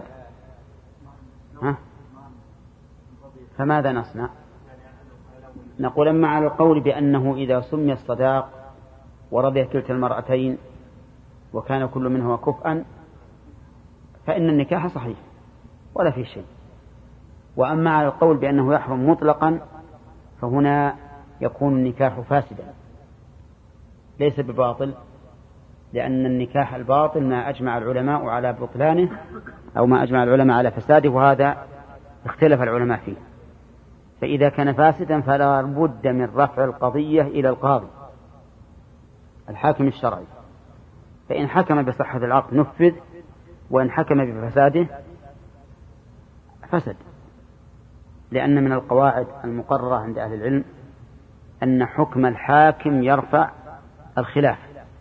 فماذا نصنع؟ نقول أما على القول بأنه إذا سمي الصداق ورضي كلتا المرأتين وكان كل منهما كفءا فإن النكاح صحيح ولا فيه شيء. وأما على القول بأنه يحرم مطلقا فهنا يكون النكاح فاسدا ليس بباطل، لأن النكاح الباطل ما أجمع العلماء على بطلانه أو ما أجمع العلماء على فساده، وهذا اختلف العلماء فيه. فإذا كان فاسدا فلا بد من رفع القضية إلى القاضي الحاكم الشرعي، فإن حكم بصحة العقد نفذ، وإن حكم بفساده فسد. لأن من القواعد المقررة عند أهل العلم أن حكم الحاكم يرفع الخلاف،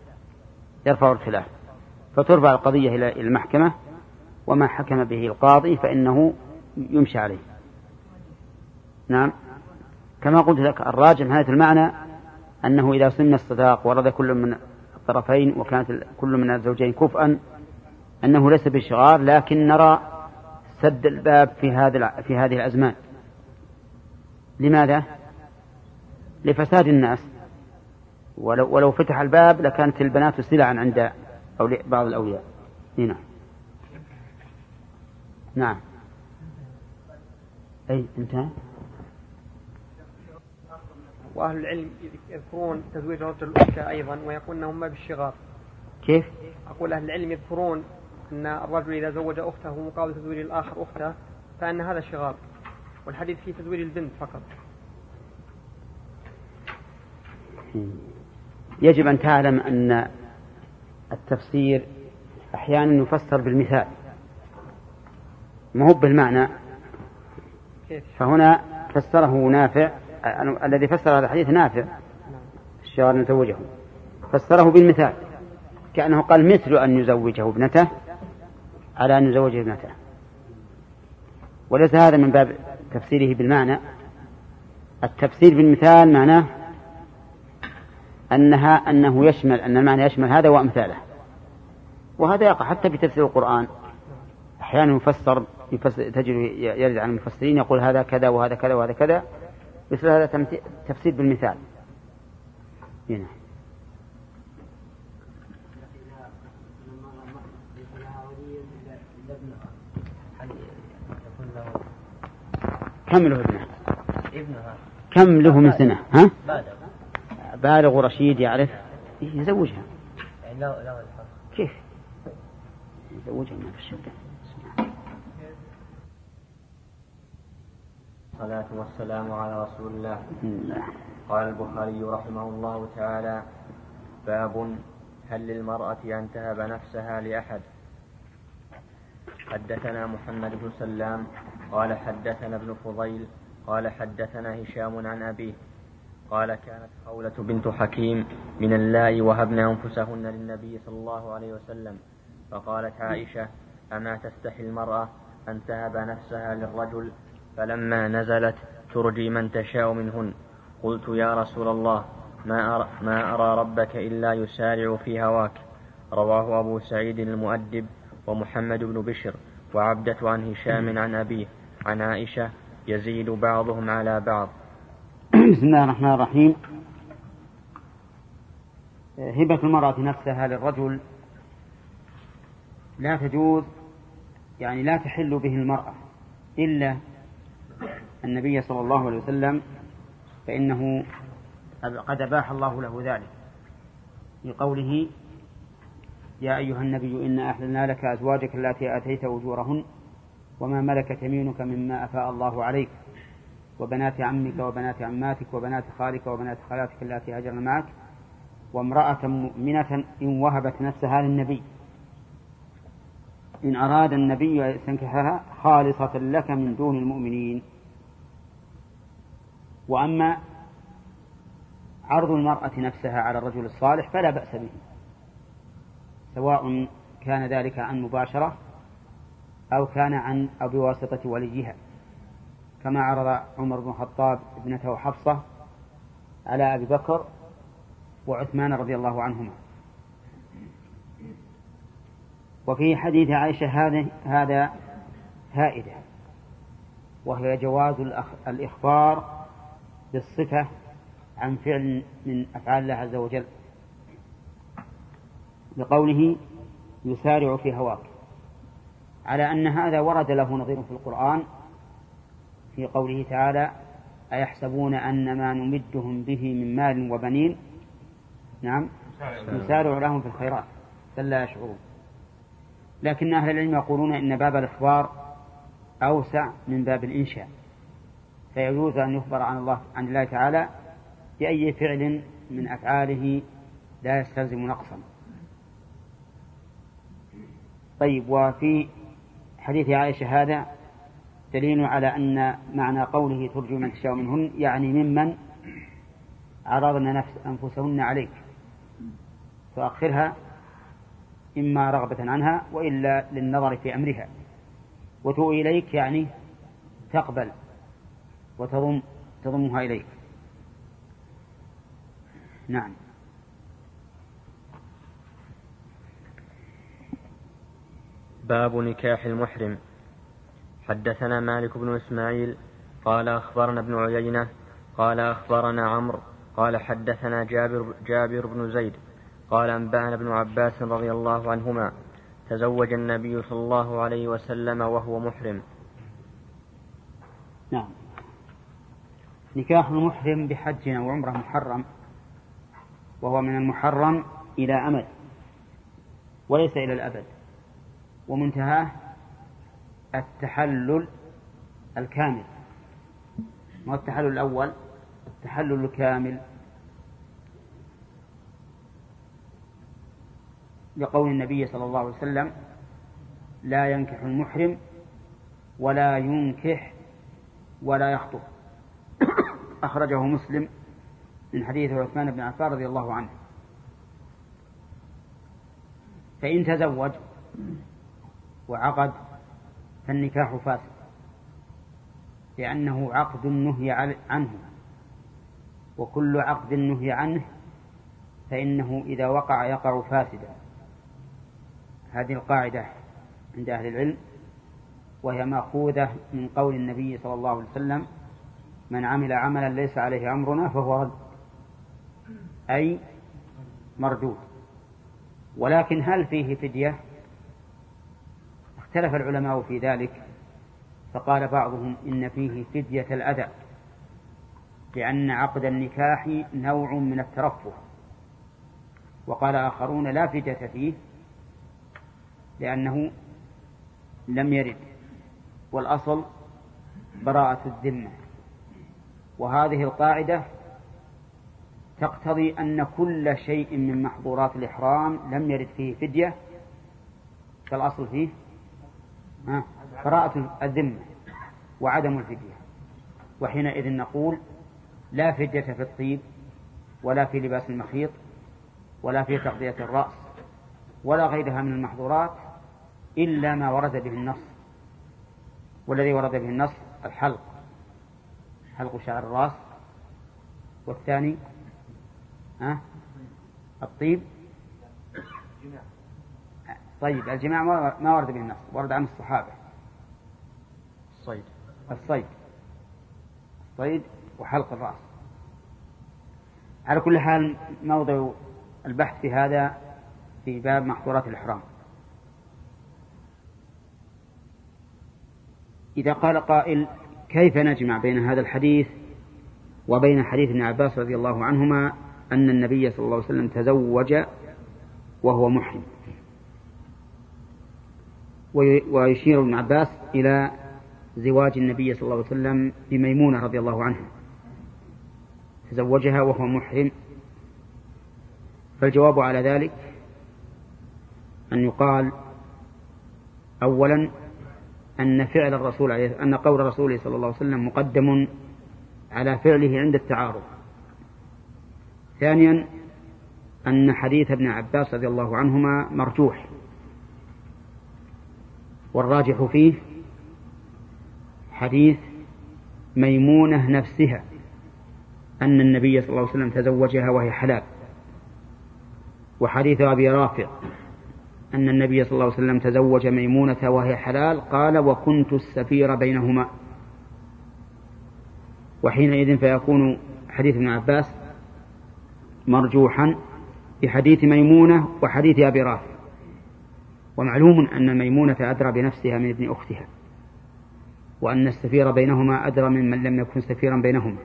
فترفع القضية إلى المحكمة، وما حكم به القاضي فإنه يمشي عليه. نعم، كما قلت لك الراجح هذا المعنى أنه إذا سن الصداق ورد كل من الطرفين وكانت كل من الزوجين كفءا أنه ليس بشغار، لكن نرى سد الباب في هذه الأزمان. لماذا؟ لفساد الناس، ولو فتح الباب لكانت البنات سلعا عند بعض الأولياء. هنا نعم. أي انتهى. وأهل العلم يذكرون تزويج رجل الأنثى أيضا ويقولون أنهم بالشغار. كيف؟ أقول أهل العلم يذكرون أن الرجل إذا زوج أخته مقابل تزويج الآخر أخته فأن هذا شغار، والحديث فيه تزويج البنت فقط. يجب أن تعلم أن التفسير أحيانا يفسر بالمثال ما هو بالمعنى. فهنا فسره نافع، الذي فسر هذا الحديث نافع الشغار نزوجه، فسره بالمثال كأنه قال مثل أن يزوجه ابنته على أن يزوج ابنته، وليس هذا من باب تفسيره بالمعنى. التفسير بالمثال معناه أنه يشمل، أن المعنى يشمل هذا وأمثاله، وهذا يقع حتى بتفسير القرآن. أحيانا يفسر تجد يرد عن المفسرين يقول هذا كذا وهذا كذا وهذا كذا، مثل هذا تفسير بالمثال. هنا كم له ابنه؟ كم له من سنة؟ ها؟ بالغ رشيد يعرف يزوجها. كيف يزوجها ما في الشدة؟ الصلاة والسلام على رسول الله. قال البخاري رحمه الله تعالى: باب هل للمرأة أن تهب نفسها لأحد؟ حدثنا محمد بن سلام قال حدثنا ابن فضيل قال حدثنا هشام عن أبيه قال كانت خولة بنت حكيم من اللائي وهبن أنفسهن للنبي صلى الله عليه وسلم، فقالت عائشة: أما تستحي المرأة أن تهب نفسها للرجل؟ فلما نزلت ترجي من تشاء منهن قلت: يا رسول الله ما أرى ربك إلا يسارع في هواك. رواه أبو سعيد المؤدب ومحمد بن بشر وعبدة عن هشام عن أبيه عن عائشة يزيد بعضهم على بعض. بسم الله الرحمن الرحيم. هبة المرأة نفسها للرجل لا تجوز، يعني لا تحل به المرأة إلا النبي صلى الله عليه وسلم، فإنه قد أباح الله له ذلك لقوله: يا أيها النبي إنا أحللنا لك أزواجك التي آتيت أجورهن وما ملكت يمينك مما أفاء الله عليك وبنات عمك وبنات عماتك وبنات خالك وبنات خالاتك التي هاجرن معك وامرأة مؤمنة إن وهبت نفسها للنبي إن أراد النبي أن يستنكحها خالصة لك من دون المؤمنين. وأما عرض المرأة نفسها على الرجل الصالح فلا بأس به، سواء كان ذلك عن مباشرة أو كان أو بواسطة وليها، كما عرض عمر بن الخطاب ابنته حفصة على أبي بكر وعثمان رضي الله عنهما. وفي حديث عائشة هذا فائدة، وهي جواز الإخبار بالصفة عن فعل من أفعال الله عز وجل، بقوله: يسارع في هواك، على أن هذا ورد له نظير في القرآن في قوله تعالى: أيحسبون أن ما نمدهم به من مال وبنين نعم يسارع لهم في الخيرات بل لا يشعرون. لكن أهل العلم يقولون إن باب الإخبار أوسع من باب الإنشاء، فيجوز أن يخبر عن الله تعالى بأي فعل من أفعاله لا يستلزم نقصا. طيب، وفي حديث عائشة هذا دليل على أن معنى قوله ترجو من تشاء منهن يعني ممن عرضن أنفسهن عليك، تؤخرها إما رغبة عنها وإلا للنظر في أمرها، وتؤوي إليك يعني تقبل وتضمها إليك. نعم. باب نكاح المحرم. حدثنا مالك بن إسماعيل قال أخبرنا ابن عيينة قال أخبرنا عمرو قال حدثنا جابر بن زيد قال أنبأنا ابن عباس رضي الله عنهما تزوج النبي صلى الله عليه وسلم وهو محرم. نعم. نكاح المحرم بحج أو عمرة محرم، وهو من المحرم إلى أمد وليس إلى الأبد، ومنتهاه التحلل الكامل، والتحلل الأول التحلل الكامل لقول النبي صلى الله عليه وسلم لا ينكح المحرم ولا ينكح ولا يخطب، أخرجه مسلم من حديث عثمان بن عفان رضي الله عنه. فإن تزوج وعقد فالنكاح فاسد، لأنه عقد نهي عنه، وكل عقد نهي عنه فإنه إذا وقع يقع فاسدا. هذه القاعدة عند أهل العلم، وهي مأخوذة من قول النبي صلى الله عليه وسلم من عمل عملا ليس عليه أمرنا فهو رد، أي مردود. ولكن هل فيه فدية؟ اختلف العلماء في ذلك، فقال بعضهم إن فيه فدية الأذى، لأن عقد النكاح نوع من الترفه، وقال آخرون لا فدية فيه لأنه لم يرد، والأصل براءة الذمة. وهذه القاعدة تقتضي أن كل شيء من محظورات الإحرام لم يرد فيه فدية فالأصل فيه براءة الذمة وعدم الفدية. وحينئذ نقول لا فدية في الطيب ولا في لباس المخيط ولا في تغطية الرأس ولا غيرها من المحظورات إلا ما ورد به النص، والذي ورد به النص الحلق، حلق شعر الرأس، والثاني الطيب. طيب الجماع ما ورد به النص، ورد عن الصحابة. الصيد وحلق الرأس. على كل حال موضع البحث في هذا في باب محظورات الإحرام. إذا قال قائل كيف نجمع بين هذا الحديث وبين حديث ابن عباس رضي الله عنهما أن النبي صلى الله عليه وسلم تزوج وهو محرم؟ ويشير ابن عباس إلى زواج النبي صلى الله عليه وسلم بميمونة رضي الله عنها، تزوجها وهو محرم. فالجواب على ذلك أن يقال أولا أن فعل الرسول أن قول الرسول صلى الله عليه وسلم مقدم على فعله عند التعارض. ثانيا أن حديث ابن عباس رضي الله عنهما مرجوح، والراجح فيه حديث ميمونة نفسها أن النبي صلى الله عليه وسلم تزوجها وهي حلال، وحديث أبي رافع أن النبي صلى الله عليه وسلم تزوج ميمونة وهي حلال قال وكنت السفير بينهما. وحينئذ فيكون حديث ابن عباس مرجوحا بحديث ميمونة وحديث أبي رافع. ومعلوم أن ميمونة أدرى بنفسها من ابن أختها، وأن السفير بينهما أدرى ممن لم يكن سفيرا بينهما.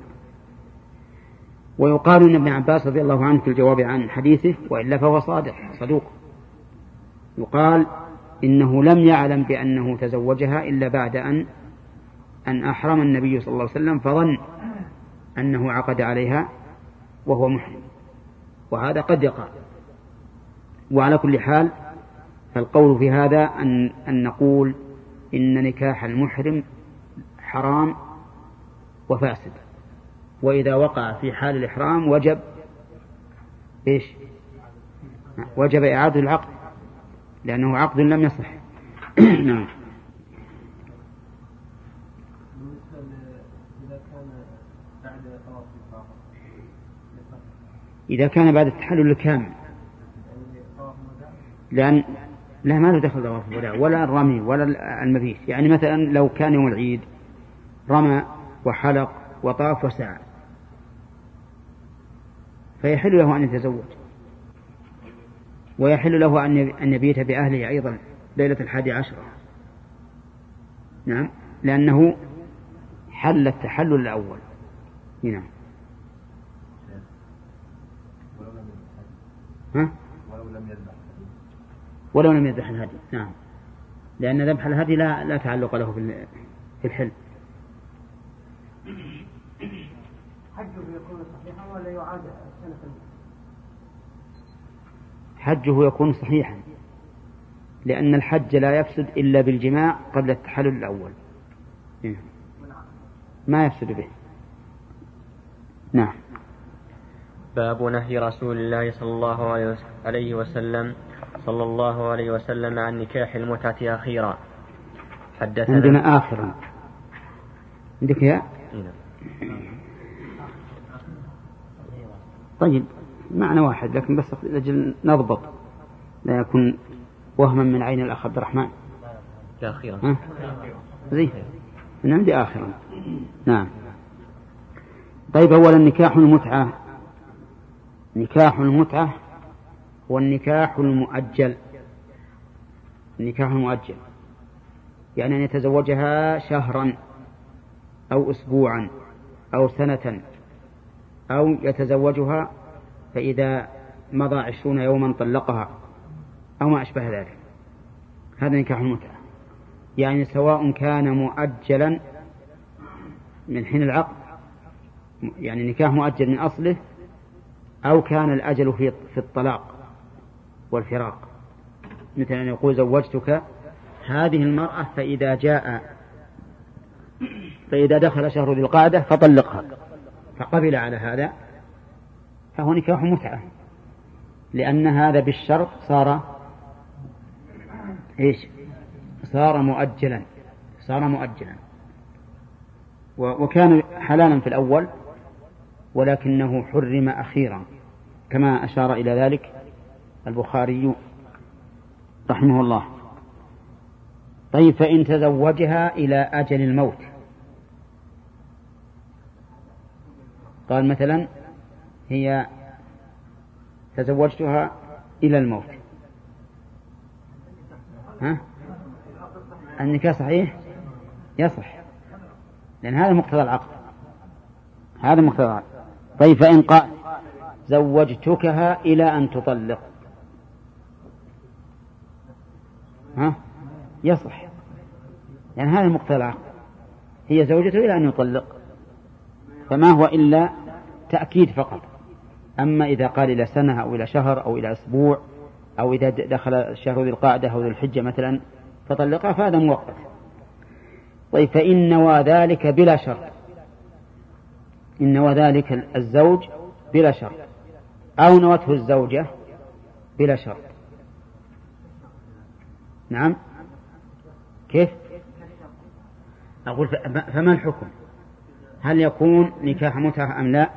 ويقال أن ابن عباس رضي الله عنه في الجواب عن حديثه وإلا فهو صدوق، يقال إنه لم يعلم بأنه تزوجها إلا بعد أن أحرم النبي صلى الله عليه وسلم، فظن أنه عقد عليها وهو محرم، وهذا قد يقع. وعلى كل حال فالقول في هذا أن نقول إن نكاح المحرم حرام وفاسد، وإذا وقع في حال الإحرام وجب إيش؟ وجب إعادة العقد لأنه عقد لم يصح. نعم. إذا كان بعد التحلل الكامل، لأن لا ما له دخل طواف الوداع ولا الرمي ولا المبيت. يعني مثلا لو كان يوم العيد رمى وحلق وطاف وسعى فيحل له أن يتزوج، ويحل له أن يبيت بأهله أيضا ليلة 11. نعم، لأنه حل التحلل الأول. نعم. ولو لم يذبح الهدي. نعم، لأن ذبح الهدي لا تعلق له في الحل. حجه يكون صحيحا ولا يعاد سنة؟ حجه يكون صحيحا، لأن الحج لا يفسد إلا بالجماع قبل التحلل الأول، ما يفسد به. نعم. باب نهي رسول الله صلى الله عليه وسلم عن نكاح المتعة أخيرا. حدثنا عندنا آخرا، عندك يا طيب معنى واحد، لكن بس لأجل نضبط لا يكون وهما من عين الأخ عبد الرحمن. أخيرا زي من عندي آخرا. نعم. طيب، أولا نكاح المتعة. نكاح المتعة هو النكاح المؤجل. النكاح المؤجل يعني أن يتزوجها شهرا أو أسبوعا أو سنة، أو يتزوجها فإذا مضى 20 يوما طلقها أو ما أشبه ذلك. هذا نكاح المتعة، يعني سواء كان مؤجلا من حين العقد، يعني نكاح مؤجل من أصله، أو كان الأجل في الطلاق والفراق، مثل أن يقول زوجتك هذه المرأة فإذا دخل شهر ذي القعدة فطلقها، فقبل على هذا، فهو نكاح متعة، لأن هذا بالشرط صار مؤجلا. وكان حلالا في الأول ولكنه حرم أخيرا، كما أشار إلى ذلك البخاري رحمه الله. طيب، فإن تزوجها إلى أجل الموت، قال مثلا هي تزوجتها إلى الموت، النكاح صحيح يصح، لأن هذا مقتضى العقد. طيب، فإن قال زوجتكها إلى أن تطلق، يصح، لأن هذا مقتضى العقد، هي زوجته إلى أن يطلق، فما هو إلا تأكيد فقط. أما إذا قال إلى سنة أو إلى شهر أو إلى أسبوع، أو إذا دخل شهر ذي القعدة أو ذي الحجة مثلا فطلقها، فهذا مؤقت. طيب، فإن نوى ذلك بلا شرط، إن نوى ذلك الزوج بلا شرط، أو نوته الزوجة بلا شرط. نعم. كيف؟ أقول فما الحكم؟ هل يكون نكاح متعة أم لا؟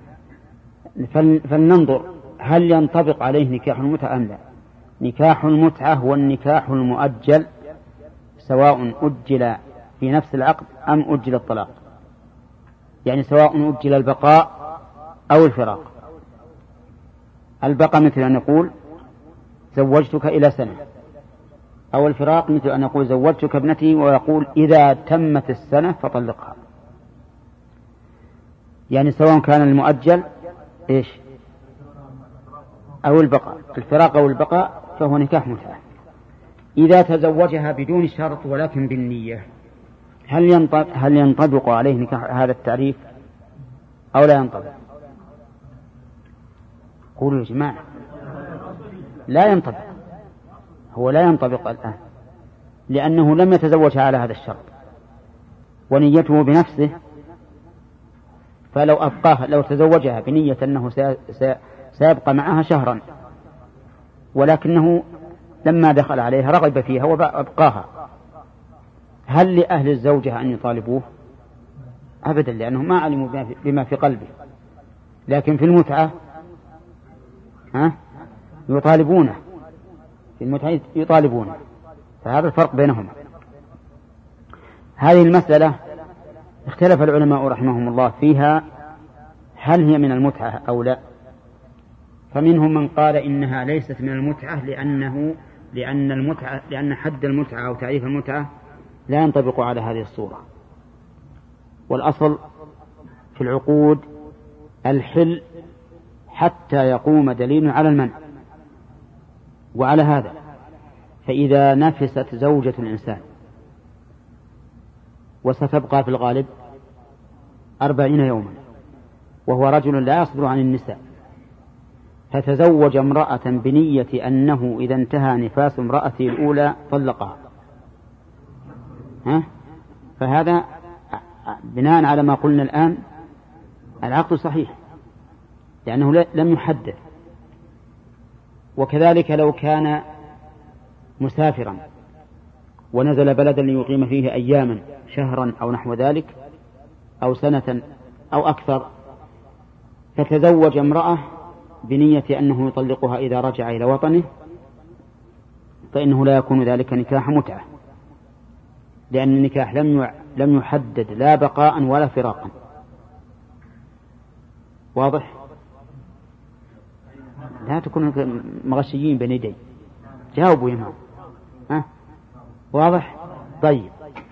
فلننظر هل ينطبق عليه نكاح المتعة أم لا. نكاح المتعة هو النكاح المؤجل، سواء أجل في نفس العقد أم أجل الطلاق، يعني سواء أجل البقاء أو الفراق. البقاء مثل أن يقول زوجتك إلى سنة، أو الفراق مثل أن يقول زوجتك ابنتي ويقول إذا تمت السنة فطلقها. يعني سواء كان المؤجل أو البقاء، الفراق أو البقاء، فهو نكاح متعة. إذا تزوجها بدون شرط ولكن بالنية، هل ينطبق عليه نكاح هذا التعريف أو لا ينطبق؟ قولوا يا جماعة، لا ينطبق. هو لا ينطبق الآن، لأنه لم يتزوجها على هذا الشرط، ونيته بنفسه. فلو أبقاها، لو تزوجها بنية أنه سيبقى معها شهرا، ولكنه لما دخل عليها رغب فيها وأبقاها، هل لأهل الزوجة أن يطالبوه؟ أبدا، لأنهم ما علموا بما في قلبه. لكن في المتعة يطالبونه، في المتعة يطالبونه. فهذا الفرق بينهما. هذه المسألة اختلف العلماء رحمهم الله فيها، هل هي من المتعة أو لا. فمنهم من قال إنها ليست من المتعة لأن حد المتعة أو تعريف المتعة لا ينطبق على هذه الصورة. والأصل في العقود الحل حتى يقوم دليل على المنع. وعلى هذا فإذا نفست زوجة الإنسان وستبقى في الغالب 40 يوما، وهو رجل لا يصبر عن النساء، فتزوج امرأة بنية أنه إذا انتهى نفاس امرأته الأولى طلقها، فهذا بناء على ما قلنا الآن العقد صحيح، لأنه لم يحدد. وكذلك لو كان مسافرا ونزل بلدا ليقيم فيه أياما، شهرا أو نحو ذلك، أو سنة أو أكثر، فتزوج امرأة بنية أنه يطلقها إذا رجع إلى وطنه، فإنه لا يكون ذلك نكاح متعة، لأن النكاح لم يحدد لا بقاء ولا فراقا. واضح؟ لا تكونوا مغشيين بين يدي، جاوبوا يا إمام. واضح؟ طيب.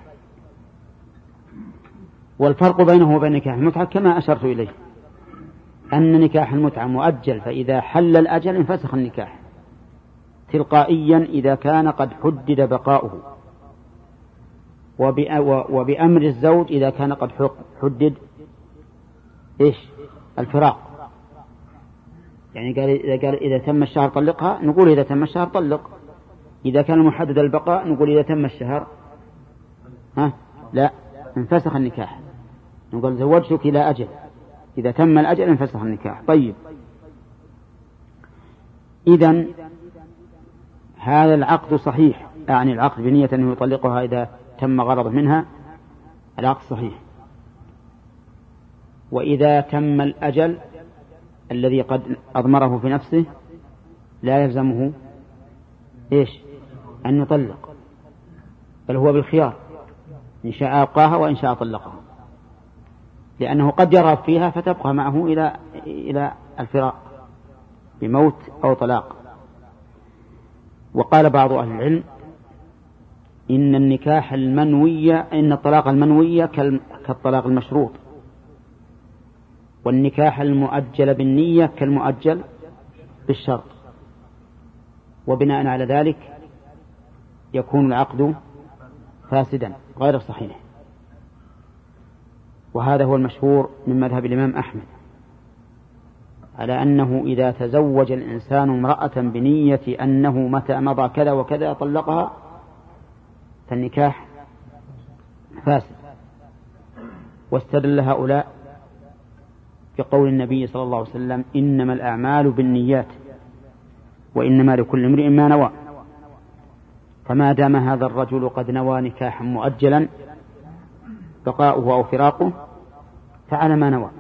والفرق بينه وبين نكاح المتعة كما أشرت إليه، أن نكاح المتعة مؤجل، فإذا حل الأجل انفسخ النكاح تلقائيا إذا كان قد حدد بقاؤه، وبأمر الزوج إذا كان قد حدد الفراق. يعني قال إذا تم الشهر طلقها، نقول إذا تم الشهر طلق. إذا كان محدد البقاء نقول إذا تم الشهر لا، انفسخ النكاح، نقول زوجتك إلى أجل، إذا تم الأجل انفسخ النكاح. طيب، إذن هذا العقد صحيح، يعني العقد بنية أنه يطلقها إذا تم غرضه منها، العقد صحيح. وإذا تم الأجل الذي قد أضمره في نفسه لا يلزمه أن يطلق، بل هو بالخيار، إن شاء أبقاها وإن شاء طلقها، لأنه قد يرغب فيها فتبقى معه إلى الفراق بموت أو طلاق. وقال بعض أهل العلم إن الطلاق المنوي كالطلاق المشروط، والنكاح المؤجل بالنية كالمؤجل بالشرط، وبناء على ذلك يكون العقد فاسدا غير صحيح. وهذا هو المشهور من مذهب الإمام أحمد، على أنه إذا تزوج الإنسان امرأة بنية أنه متى مضى كذا وكذا طلقها فالنكاح فاسد. واستدل هؤلاء بقول النبي صلى الله عليه وسلم: إنما الأعمال بالنيات وإنما لكل امرئ ما نوى. فما دام هذا الرجل قد نوى نكاحا مؤجلا بقاؤه أو فراقه فعلى ما نوى.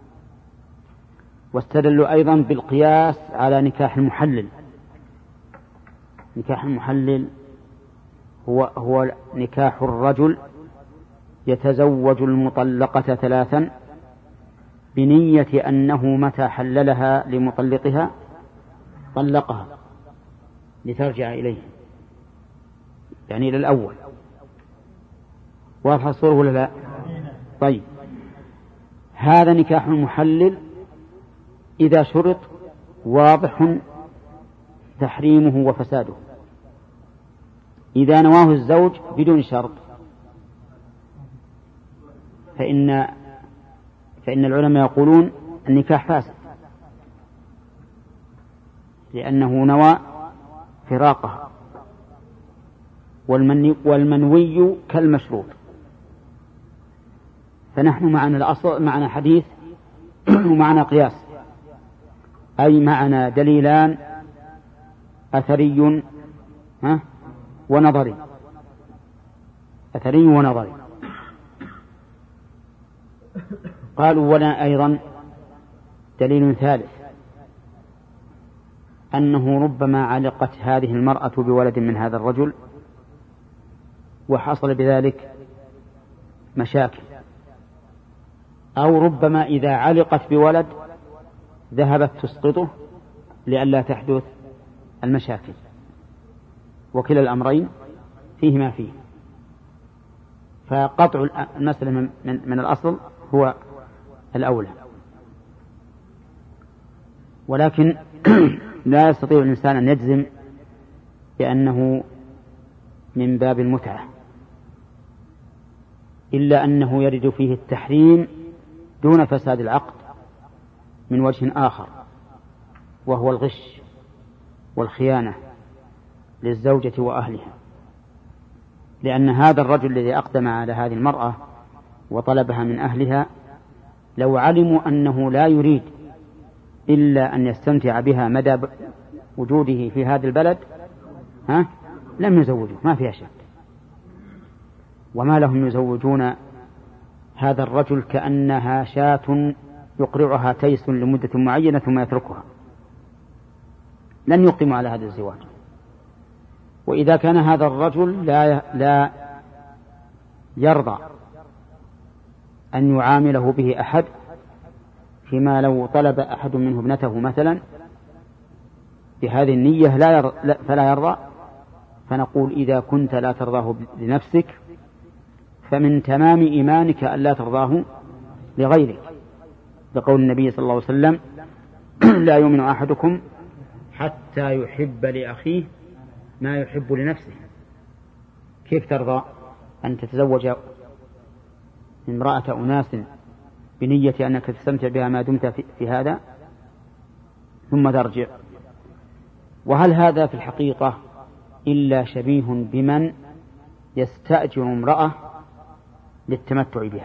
واستدلوا أيضا بالقياس على نكاح المحلل. نكاح المحلل هو نكاح الرجل يتزوج المطلقة 3 بنية أنه متى حللها لمطلقها طلقها لترجع إليه، يعني إلى الأول. واضح الصورة ولا لا؟ طيب، هذا نكاح المحلل إذا شرط واضح تحريمه وفساده. إذا نواه الزوج بدون شرط فإن العلماء يقولون النكاح فاسد، لأنه نوى فراقها والمنوي كالمشروط. فنحن معنا الأصل، معنا حديث ومعنا قياس، أي معنا دليلان أثري ونظري، أثري ونظري. قالوا ولا أيضا دليل ثالث، أنه ربما علقت هذه المرأة بولد من هذا الرجل وحصل بذلك مشاكل، أو ربما إذا علقت بولد ذهبت تسقطه لئلا تحدث المشاكل، وكلا الأمرين فيه ما فيه. فقطع المسألة من الأصل هو الأولى، ولكن لا يستطيع الإنسان أن يجزم بأنه من باب المتعة، إلا أنه يرد فيه التحريم دون فساد العقد من وجه آخر، وهو الغش والخيانة للزوجة وأهلها، لأن هذا الرجل الذي أقدم على هذه المرأة وطلبها من أهلها لو علموا أنه لا يريد إلا أن يستمتع بها مدى وجوده في هذا البلد لم يزوجوه، ما فيها شك. وما لهم يزوجون هذا الرجل كأنها شاة يقرعها تيس لمدة معينة ثم يتركها، لن يقيموا على هذا الزواج. وإذا كان هذا الرجل لا يرضى أن يعامله به أحد، فيما لو طلب أحد منه ابنته مثلا بهذه النية فلا يرضى، فنقول إذا كنت لا ترضاه لنفسك فمن تمام إيمانك أن لا ترضاه لغيرك، بقول النبي صلى الله عليه وسلم لا يؤمن أحدكم حتى يحب لأخيه ما يحب لنفسه. كيف ترضى أن تتزوج امرأة أناس بنية أنك تستمتع بها ما دمت في هذا ثم ترجع؟ وهل هذا في الحقيقة إلا شبيه بمن يستأجر امرأة للتمتع بها؟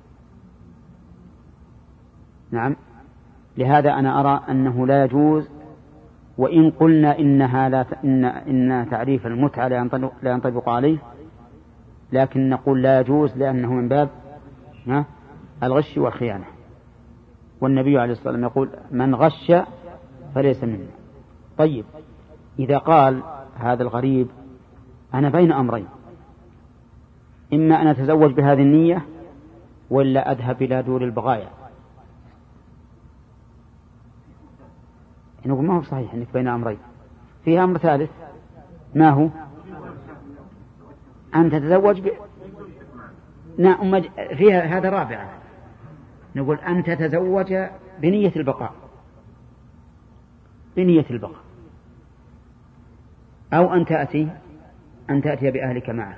نعم، لهذا أنا أرى أنه لا يجوز، وإن قلنا إن تعريف المتعة لا ينطبق عليه، لكن نقول لا يجوز لأنه من باب الغش والخيانة، والنبي عليه الصلاة والسلام يقول من غش فليس منا. طيب، إذا قال هذا الغريب أنا بين أمرين، إما أن أتزوج بهذه النية ولا أذهب إلى دور البغايا، نقول ما هو صحيح أنك بين أمرين، فيها أمر ثالث، ما هو؟ أن تتزوج فيها هذا رابعا، نقول أن تتزوج بنية البقاء، أو أن تأتي بأهلك معك،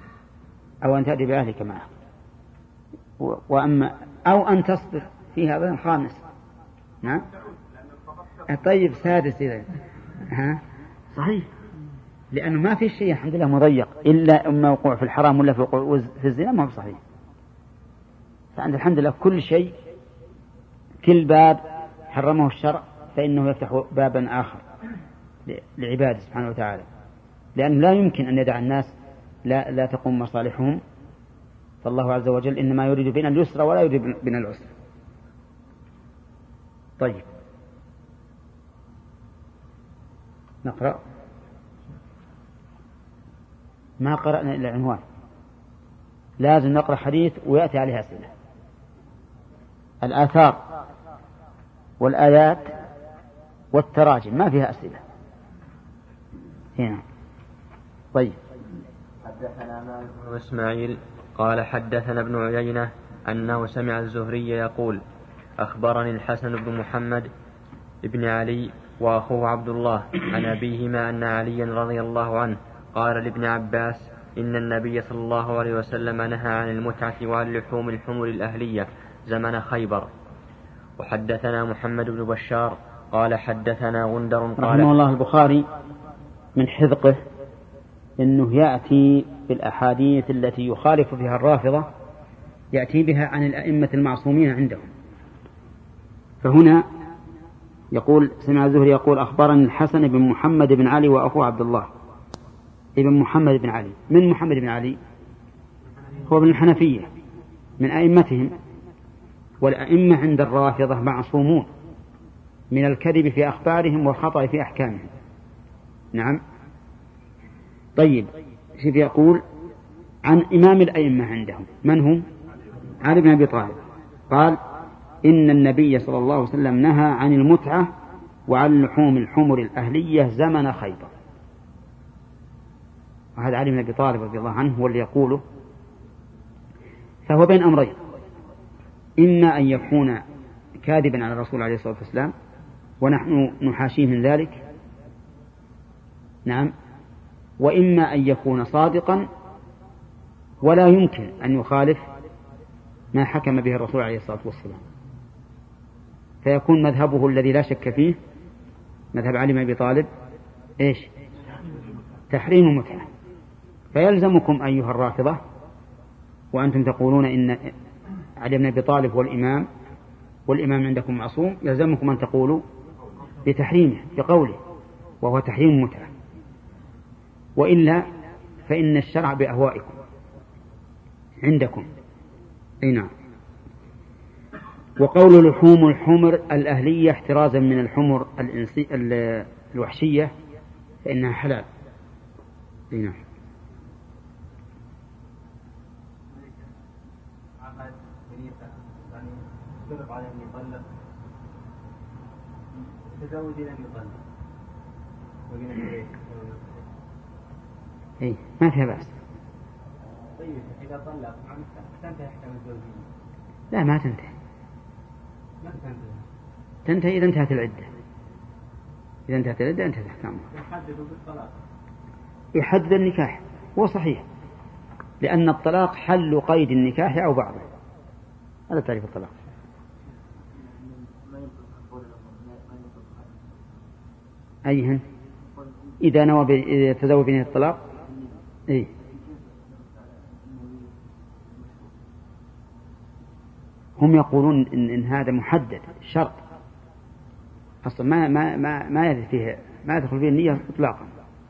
وأما أو أن تصبر في هذا خامس. نعم، طيب سادس إذن صحيح، لأنه ما في شيء الحمد لله مضيق إلا إما وقوع في الحرام ولا في وقوع في الزنا، ما هو صحيح. فعند الحمد لله كل شيء، كل باب حرمه الشرع فإنه يفتح بابا آخر لعباده سبحانه وتعالى، لأنه لا يمكن أن يدع الناس لا تقوم مصالحهم، فالله عز وجل إنما يريد بنا اليسر ولا يريد بنا العسر. طيب نقرأ، ما قرأنا إلا عنوان، لازم نقرأ حديث ويأتي عليها أسئلة. الآثار والآيات والتراجم ما فيها أسئلة هنا. طيب، حدثنا مالك بن إسماعيل قال حدثنا ابن عيينة أنه سمع الزهري يقول أخبرني الحسن بن محمد ابن علي وأخوه عبد الله عن أبيهما أن عليا رضي الله عنه قال لابن عباس إن النبي صلى الله عليه وسلم نهى عن المتعة وعن لحوم الحمر الأهلية زمن خيبر. وحدثنا محمد بن بشار قال حدثنا غندر قال رحمه الله البخاري من حذقه أنه يأتي بالأحاديث التي يخالف فيها الرافضة، يأتي بها عن الأئمة المعصومين عندهم. فهنا يقول سمع الزهري يقول أخبرني الحسن بن محمد بن علي وأخوه عبد الله ابن محمد بن علي. من محمد بن علي؟ هو ابن الحنفية من أئمتهم، والأئمة عند الرافضة معصومون من الكذب في أخبارهم والخطأ في أحكامهم. نعم. طيب شوف يقول عن إمام الأئمة عندهم من هو؟ علي بن أبي طالب. قال إن النبي صلى الله عليه وسلم نهى عن المتعة وعن لحوم الحمر الأهلية زمن خيبر. وهذا علي بن أبي طالب رضي الله عنه هو اللي يقوله. فهو بين أمرين، إما أن يكون كاذبا على الرسول عليه الصلاة والسلام ونحن نحاشيه من ذلك، نعم، وإما أن يكون صادقا ولا يمكن أن يخالف ما حكم به الرسول عليه الصلاة والسلام، فيكون مذهبه الذي لا شك فيه مذهب علي بن أبي طالب إيش؟ تحريم المتعة. فيلزمكم أيها الرافضة وأنتم تقولون إن علي بن أبي طالب هو الإمام والإمام عندكم معصوم، يلزمكم أن تقولوا بتحريمه بقوله وهو تحريم المتعة، وإلا فإن الشرع بأهوائكم عندكم. نعم. وقول لحوم الحمر الأهلية احترازا من الحمر الوحشية فإنها حلال. نعم. يشترط عليه أن يطلق تزوج لم يطلق إيه ما فيها بأس. طيب إذا طلق تنتهي أحكام الزوجية؟ لا ما تنتهي. ما تنتهي إذا انتهت العدة. إذا انتهت العدة انتهت أحكامها. يحددوا بالطلاق. يحدد النكاح هو صحيح، لأن الطلاق حل قيد النكاح أو بعضه. هذا تعريف الطلاق. أيهن؟ إذا نوى يتزوج بنية الطلاق. إيه؟ هم يقولون إن هذا محدد شرط أصلا ما يدخل فيه، ما يدخل فيه النية إطلاقا،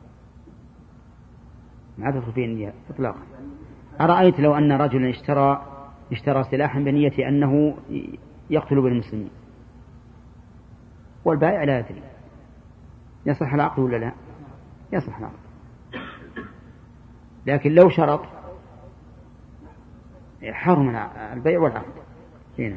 ما يدخل فيه النية إطلاقا. أرأيت لو أن رجلا اشترى سلاحا بنية أنه يقتل بالمسلمين والبائع لا يدري، يصح العقد ولا لا؟ يصح العقد. لكن لو شرط حرم البيع والعقد. هنا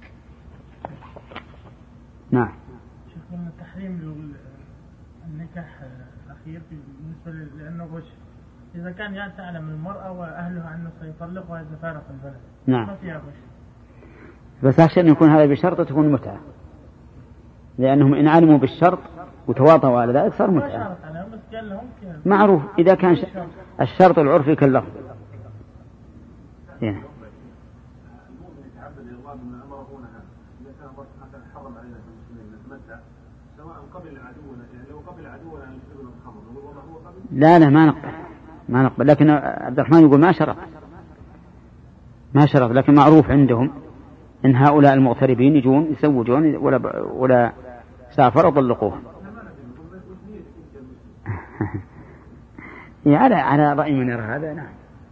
نعم. شوف من تحريم النكاح الأخير بالنسبة لأنه غش، إذا كان تعلم المرأة وأهلها أنه سيطلقها إذا فارق البلد. نعم. ما فيها غش. بس أخشى أن يكون هذا بشرط تكون متعة، لأنهم إن علموا بالشرط وتواطوا على ذلك صار متعة. معروف إذا كان الشرط العرفي كاللفظ. هنا. لا ما نقبل لكن عبد الرحمن يقول ما شرط لكن معروف عندهم إن هؤلاء المغتربين يجون يسوجون ولا سافروا طلقوهم. على رأي من يرى هذا. نعم.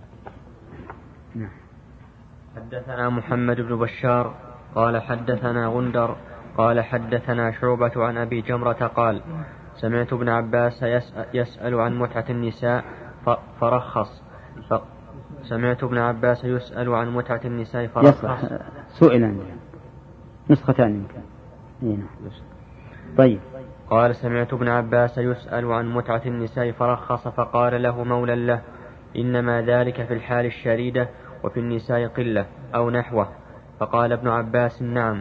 حدثنا محمد بن بشار قال حدثنا غندر قال حدثنا شعبة عن أبي جمرة قال سمعت ابن عباس يسأل عن متعة النساء فرخص. سمعت ابن عباس يسأل عن متعة النساء فرخص. سئل نسختان. طيب. قال سمعت ابن عباس يسأل عن متعة النساء فرخص فقال له مولى له إنما ذلك في الحال الشريدة وفي النساء قلة أو نحوه. فقال ابن عباس نعم.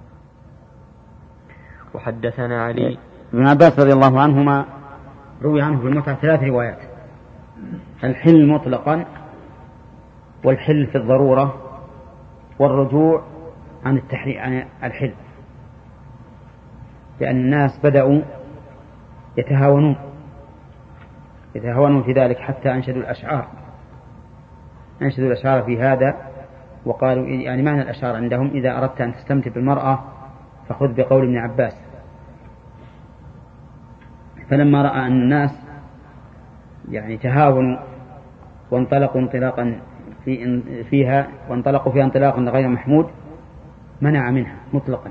وحدثنا علي ابن عباس رضي الله عنهما روي عنه في المتعة 3 روايات: الحل مطلقا، والحل في الضرورة، والرجوع عن الحل، لأن الناس بدأوا يتهاونون يتهاونون في ذلك حتى أنشدوا الأشعار في هذا، وقالوا يعني معنى الأشعار عندهم إذا أردت أن تستمتع بالمرأة فخذ بقول ابن عباس. فلما رأى أن الناس يعني تهاونوا وانطلقوا انطلاقا فيها انطلاقا غير محمود منع منها مطلقا.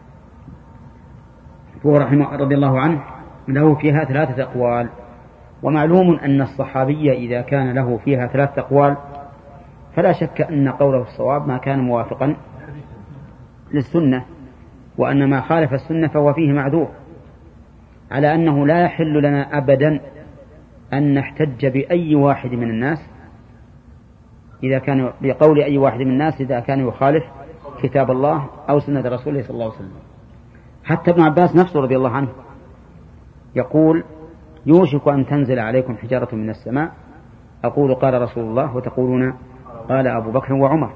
هو رحمه رضي الله عنه له فيها 3 أقوال، ومعلوم أن الصحابي إذا كان له فيها 3 أقوال فلا شك أن قوله الصواب ما كان موافقا للسنة، وأن ما خالف السنة فهو فيه معذور، على أنه لا يحل لنا أبدا أن نحتج بأي واحد من الناس إذا كان بقول أي واحد من الناس إذا كان يخالف كتاب الله أو سنة رسوله صلى الله عليه وسلم. حتى ابن عباس نفسه رضي الله عنه يقول يوشك أن تنزل عليكم حجارة من السماء أقول قال رسول الله وتقولون قال أبو بكر وعمر.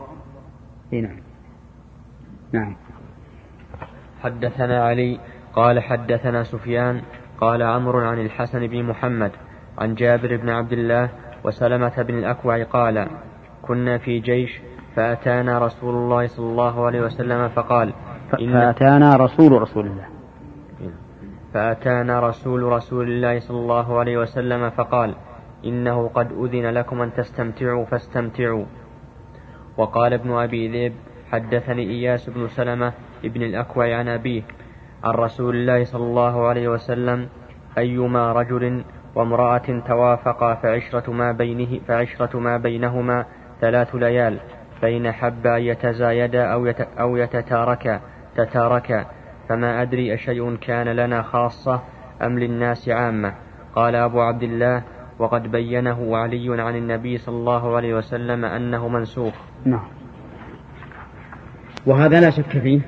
نعم. حدثنا علي قال حدثنا سفيان قال عمرو عن الحسن بن محمد عن جابر بن عبد الله وسلمة بن الأكوع قال كنا في جيش فأتانا رسول الله صلى الله عليه وسلم فقال فأتانا رسول رسول الله صلى الله عليه وسلم فقال إنه قد أذن لكم أن تستمتعوا فاستمتعوا. وقال ابن أبي ذئب حدثني إياس بن سلمة ابن الأكوع عن أبيه عن رسول الله صلى الله عليه وسلم أيما رجل وامرأة توافقا فعشرة ما بينهما 3 ليال، فإن حب أن يتزايدا أو تتاركا، فما أدري أشيء كان لنا خاصة أم للناس عامة. قال أبو عبد الله وقد بينه علي عن النبي صلى الله عليه وسلم أنه منسوخ. نعم. وهذا لا شك فيه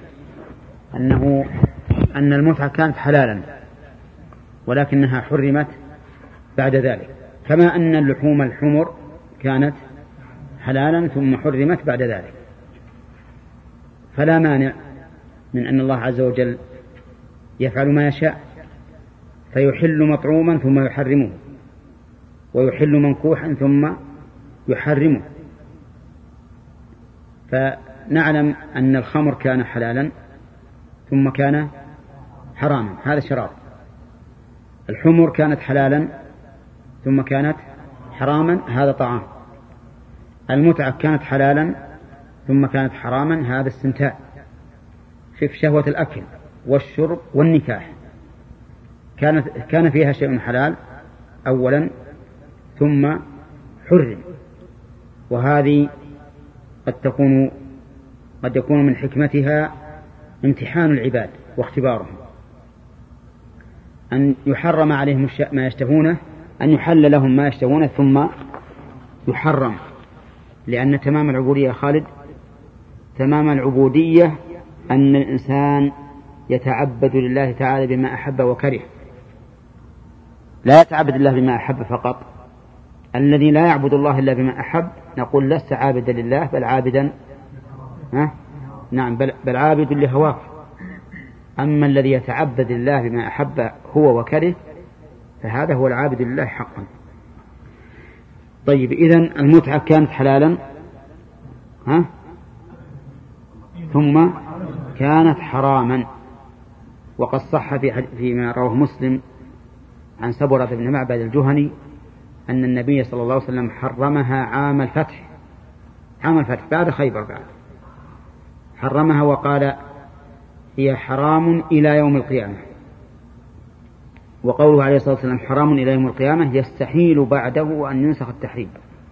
أن المتعة كانت حلالا ولكنها حرمت بعد ذلك، كما أن اللحوم الحمر كانت حلالا ثم حرمت بعد ذلك. فلا مانع من أن الله عز وجل يفعل ما يشاء، فيحل مطعوما ثم يحرمه، ويحل منكوحا ثم يحرمه. فنعلم أن الخمر كان حلالا ثم كان حراما، هذا شراب. الحمر كانت حلالا ثم كانت حراما، هذا طعام. المتعة كانت حلالا ثم كانت حراما، هذا استمتاع. في شهوة الأكل والشرب والنكاح كان فيها شيء حلال أولا ثم حرم، وهذه قد يكون من حكمتها امتحان العباد واختبارهم، أن يحرم عليهم ما يشتهونه، أن يحل لهم ما يشتهونه ثم يحرم. لأن تمام العبودية خالد، تمام العبودية أن الإنسان يتعبد لله تعالى بما أحب وكره، لا يتعبد الله بما أحب فقط. الذي لا يعبد الله إلا بما أحب نقول لست عابدا لله بل عابدا بل عابد لهواك. أما الذي يتعبد الله بما أحب هو وكره فهذا هو العابد لله حقا. طيب، إذن المتعة كانت حلالا ثم كانت حراما. وقد صح فيما رواه مسلم عن سبرة بن معبد الجهني أن النبي صلى الله عليه وسلم حرمها عام الفتح بعد خيبر، بعد حرمها وقال هي حرام إلى يوم القيامة. وقوله عليه الصلاة والسلام حرام إلى يوم القيامة يستحيل بعده أن ينسخ التحريم،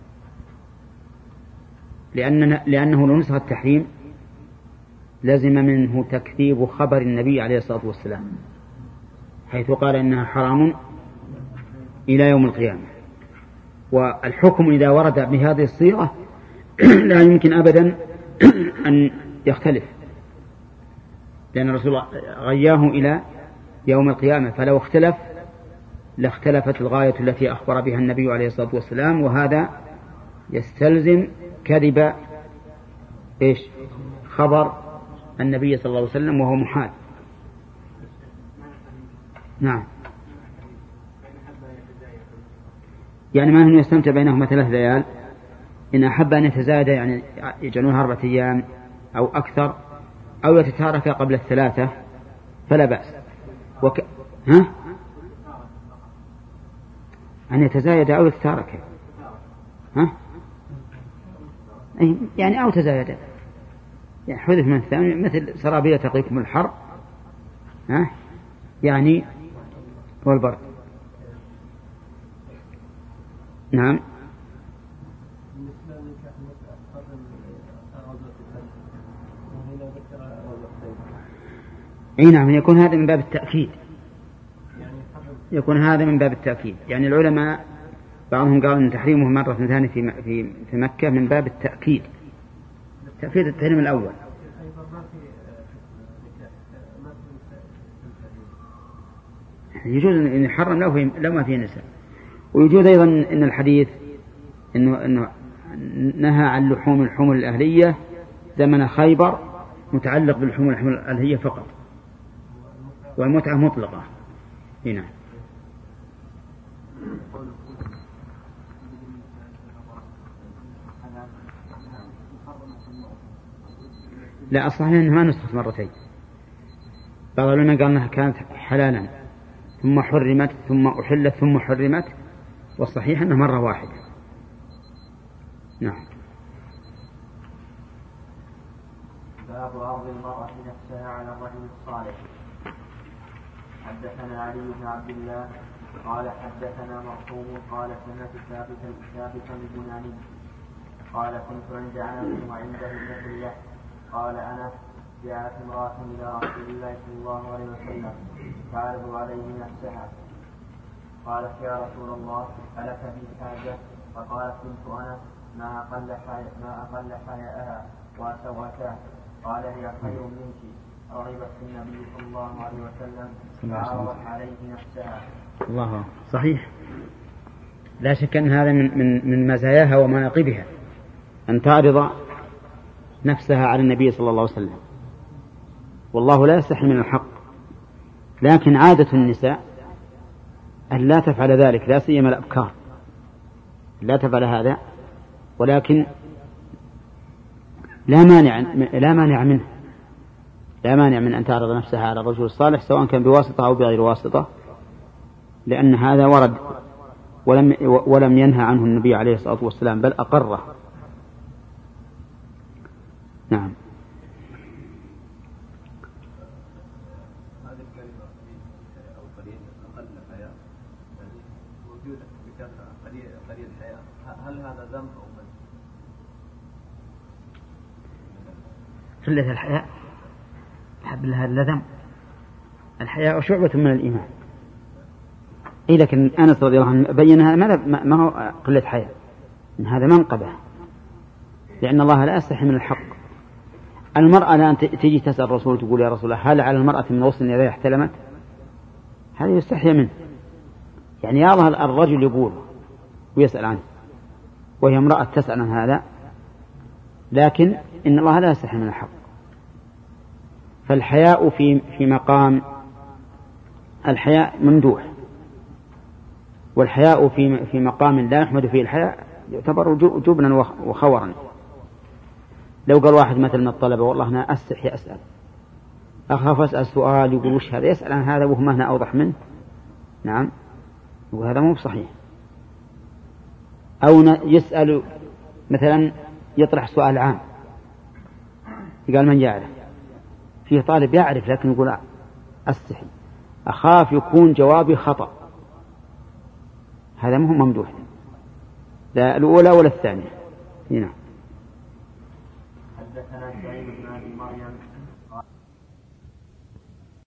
لأنه لو نسخ التحريم لازم منه تكذيب خبر النبي عليه الصلاة والسلام، حيث قال إنها حرام إلى يوم القيامة. والحكم إذا ورد بهذه الصيغة لا يمكن أبدا أن يختلف، لأن الرسول غياه إلى يوم القيامة، فلو اختلف لاختلفت الغاية التي أخبر بها النبي عليه الصلاة والسلام، وهذا يستلزم كذب خبر النبي صلى الله عليه وسلم، وهو محال. نعم. يعني ما هو يستمتع بينهما 3 ليال. إن أحب أن يتزايد يعني يجعلونها 4 أيام أو أكثر، أو يتتارك قبل 3 فلا بأس. أن يتزايد أو يتتارك يعني أو تزايد، يعني حذف من الثاني، مثل سرابيل تقيكم الحر يعني والبرد. نعم. أي نعم، يكون هذا من باب التأكيد، يكون هذا من باب التأكيد. يعني العلماء بعضهم قالوا أن تحريمه مرة ثانية في مكة من باب التأكيد، تأكيد التحريم الأول. يجوز أن يحرم لو ما فيه نساء. ويجوز أيضا أن الحديث إنه نهى عن لحوم الحمر الأهلية زمن خيبر متعلق باللحوم الحمر الأهلية فقط، والمتعة مطلقة. هنا لا، الصحيح أنها ما نسخت مرتين. بعض العلماء قال أنها كانت حلالا ثم حرمت ثم أحلت ثم حرمت، والصحيح أنها مرة واحدة. نعم. باب عرض المرأة نفسها على الرجل الصالح. حدثنا علي بن عبد الله قال حدثنا مرحوم قال سمعت ثابتا البناني قال كنت عند أنس وعنده ابنة له قال أنس جاءت امرأة إلى رسول الله صلى الله عليه وسلم تعرض عليه نفسها، قالت يا رسول الله ألك بي حاجة؟ فقالت كنت أنا ما أقل حياءها وسواتها. قال هي خير منك، رغبت في النبي صلى الله عليه وسلم فعرضت عليه نفسها. الله صحيح، لا شك أن هذا من مزاياها ومناقبها أن تعرض نفسها على النبي صلى الله عليه وسلم، والله لا يستحي من الحق. لكن عادة النساء أن لا تفعل ذلك، لا سيما الأبكار لا تفعل هذا، ولكن لا مانع منه، لا مانع من أن تعرض نفسها على الرجل الصالح سواء كان بواسطة أو بغير واسطة، لأن هذا ورد ولم ينهى عنه النبي عليه الصلاة والسلام بل أقره. نعم. هذه الكلمة أو قليل أقل حياة، وجود بكثرة قليل حياة، هل هذا ذنب أو من؟ قلة الحياء حب لها ذنب. الحياء شعبة من الإيمان. لكن أنس رضي الله عنه بين هذا ما هو قلة حياء، إن هذا منقبة، لأن الله لا يستحي من الحق. المرأة الآن تيجي تسأل الرسول تقول يا رسول الله هل على المرأة من غسل إذا احتلمت؟ هذا يستحي منه، يعني يظهر الرجل يقول ويسأل عنه وهي امرأة تسأل عن هذا، لكن إن الله لا يستحي من الحق. فالحياء في مقام الحياء ممدوح، والحياء في مقام لا يحمد فيه الحياء يعتبر جبنا وخورا. لو قال واحد مثل من الطلبة والله أنا أستحي أسأل، أخاف أسأل سؤال يقول وش هذا، يسأل عن هذا وهو هنا أوضح منه، نعم، وهذا مو بصحيح. أو يسأل مثلا يطرح سؤال عام، قال من يعرف، فيه طالب يعرف لكن يقول أستحي أخاف يكون جوابي خطأ، هذا مو ممدوح، لا الأولى ولا الثانية. هنا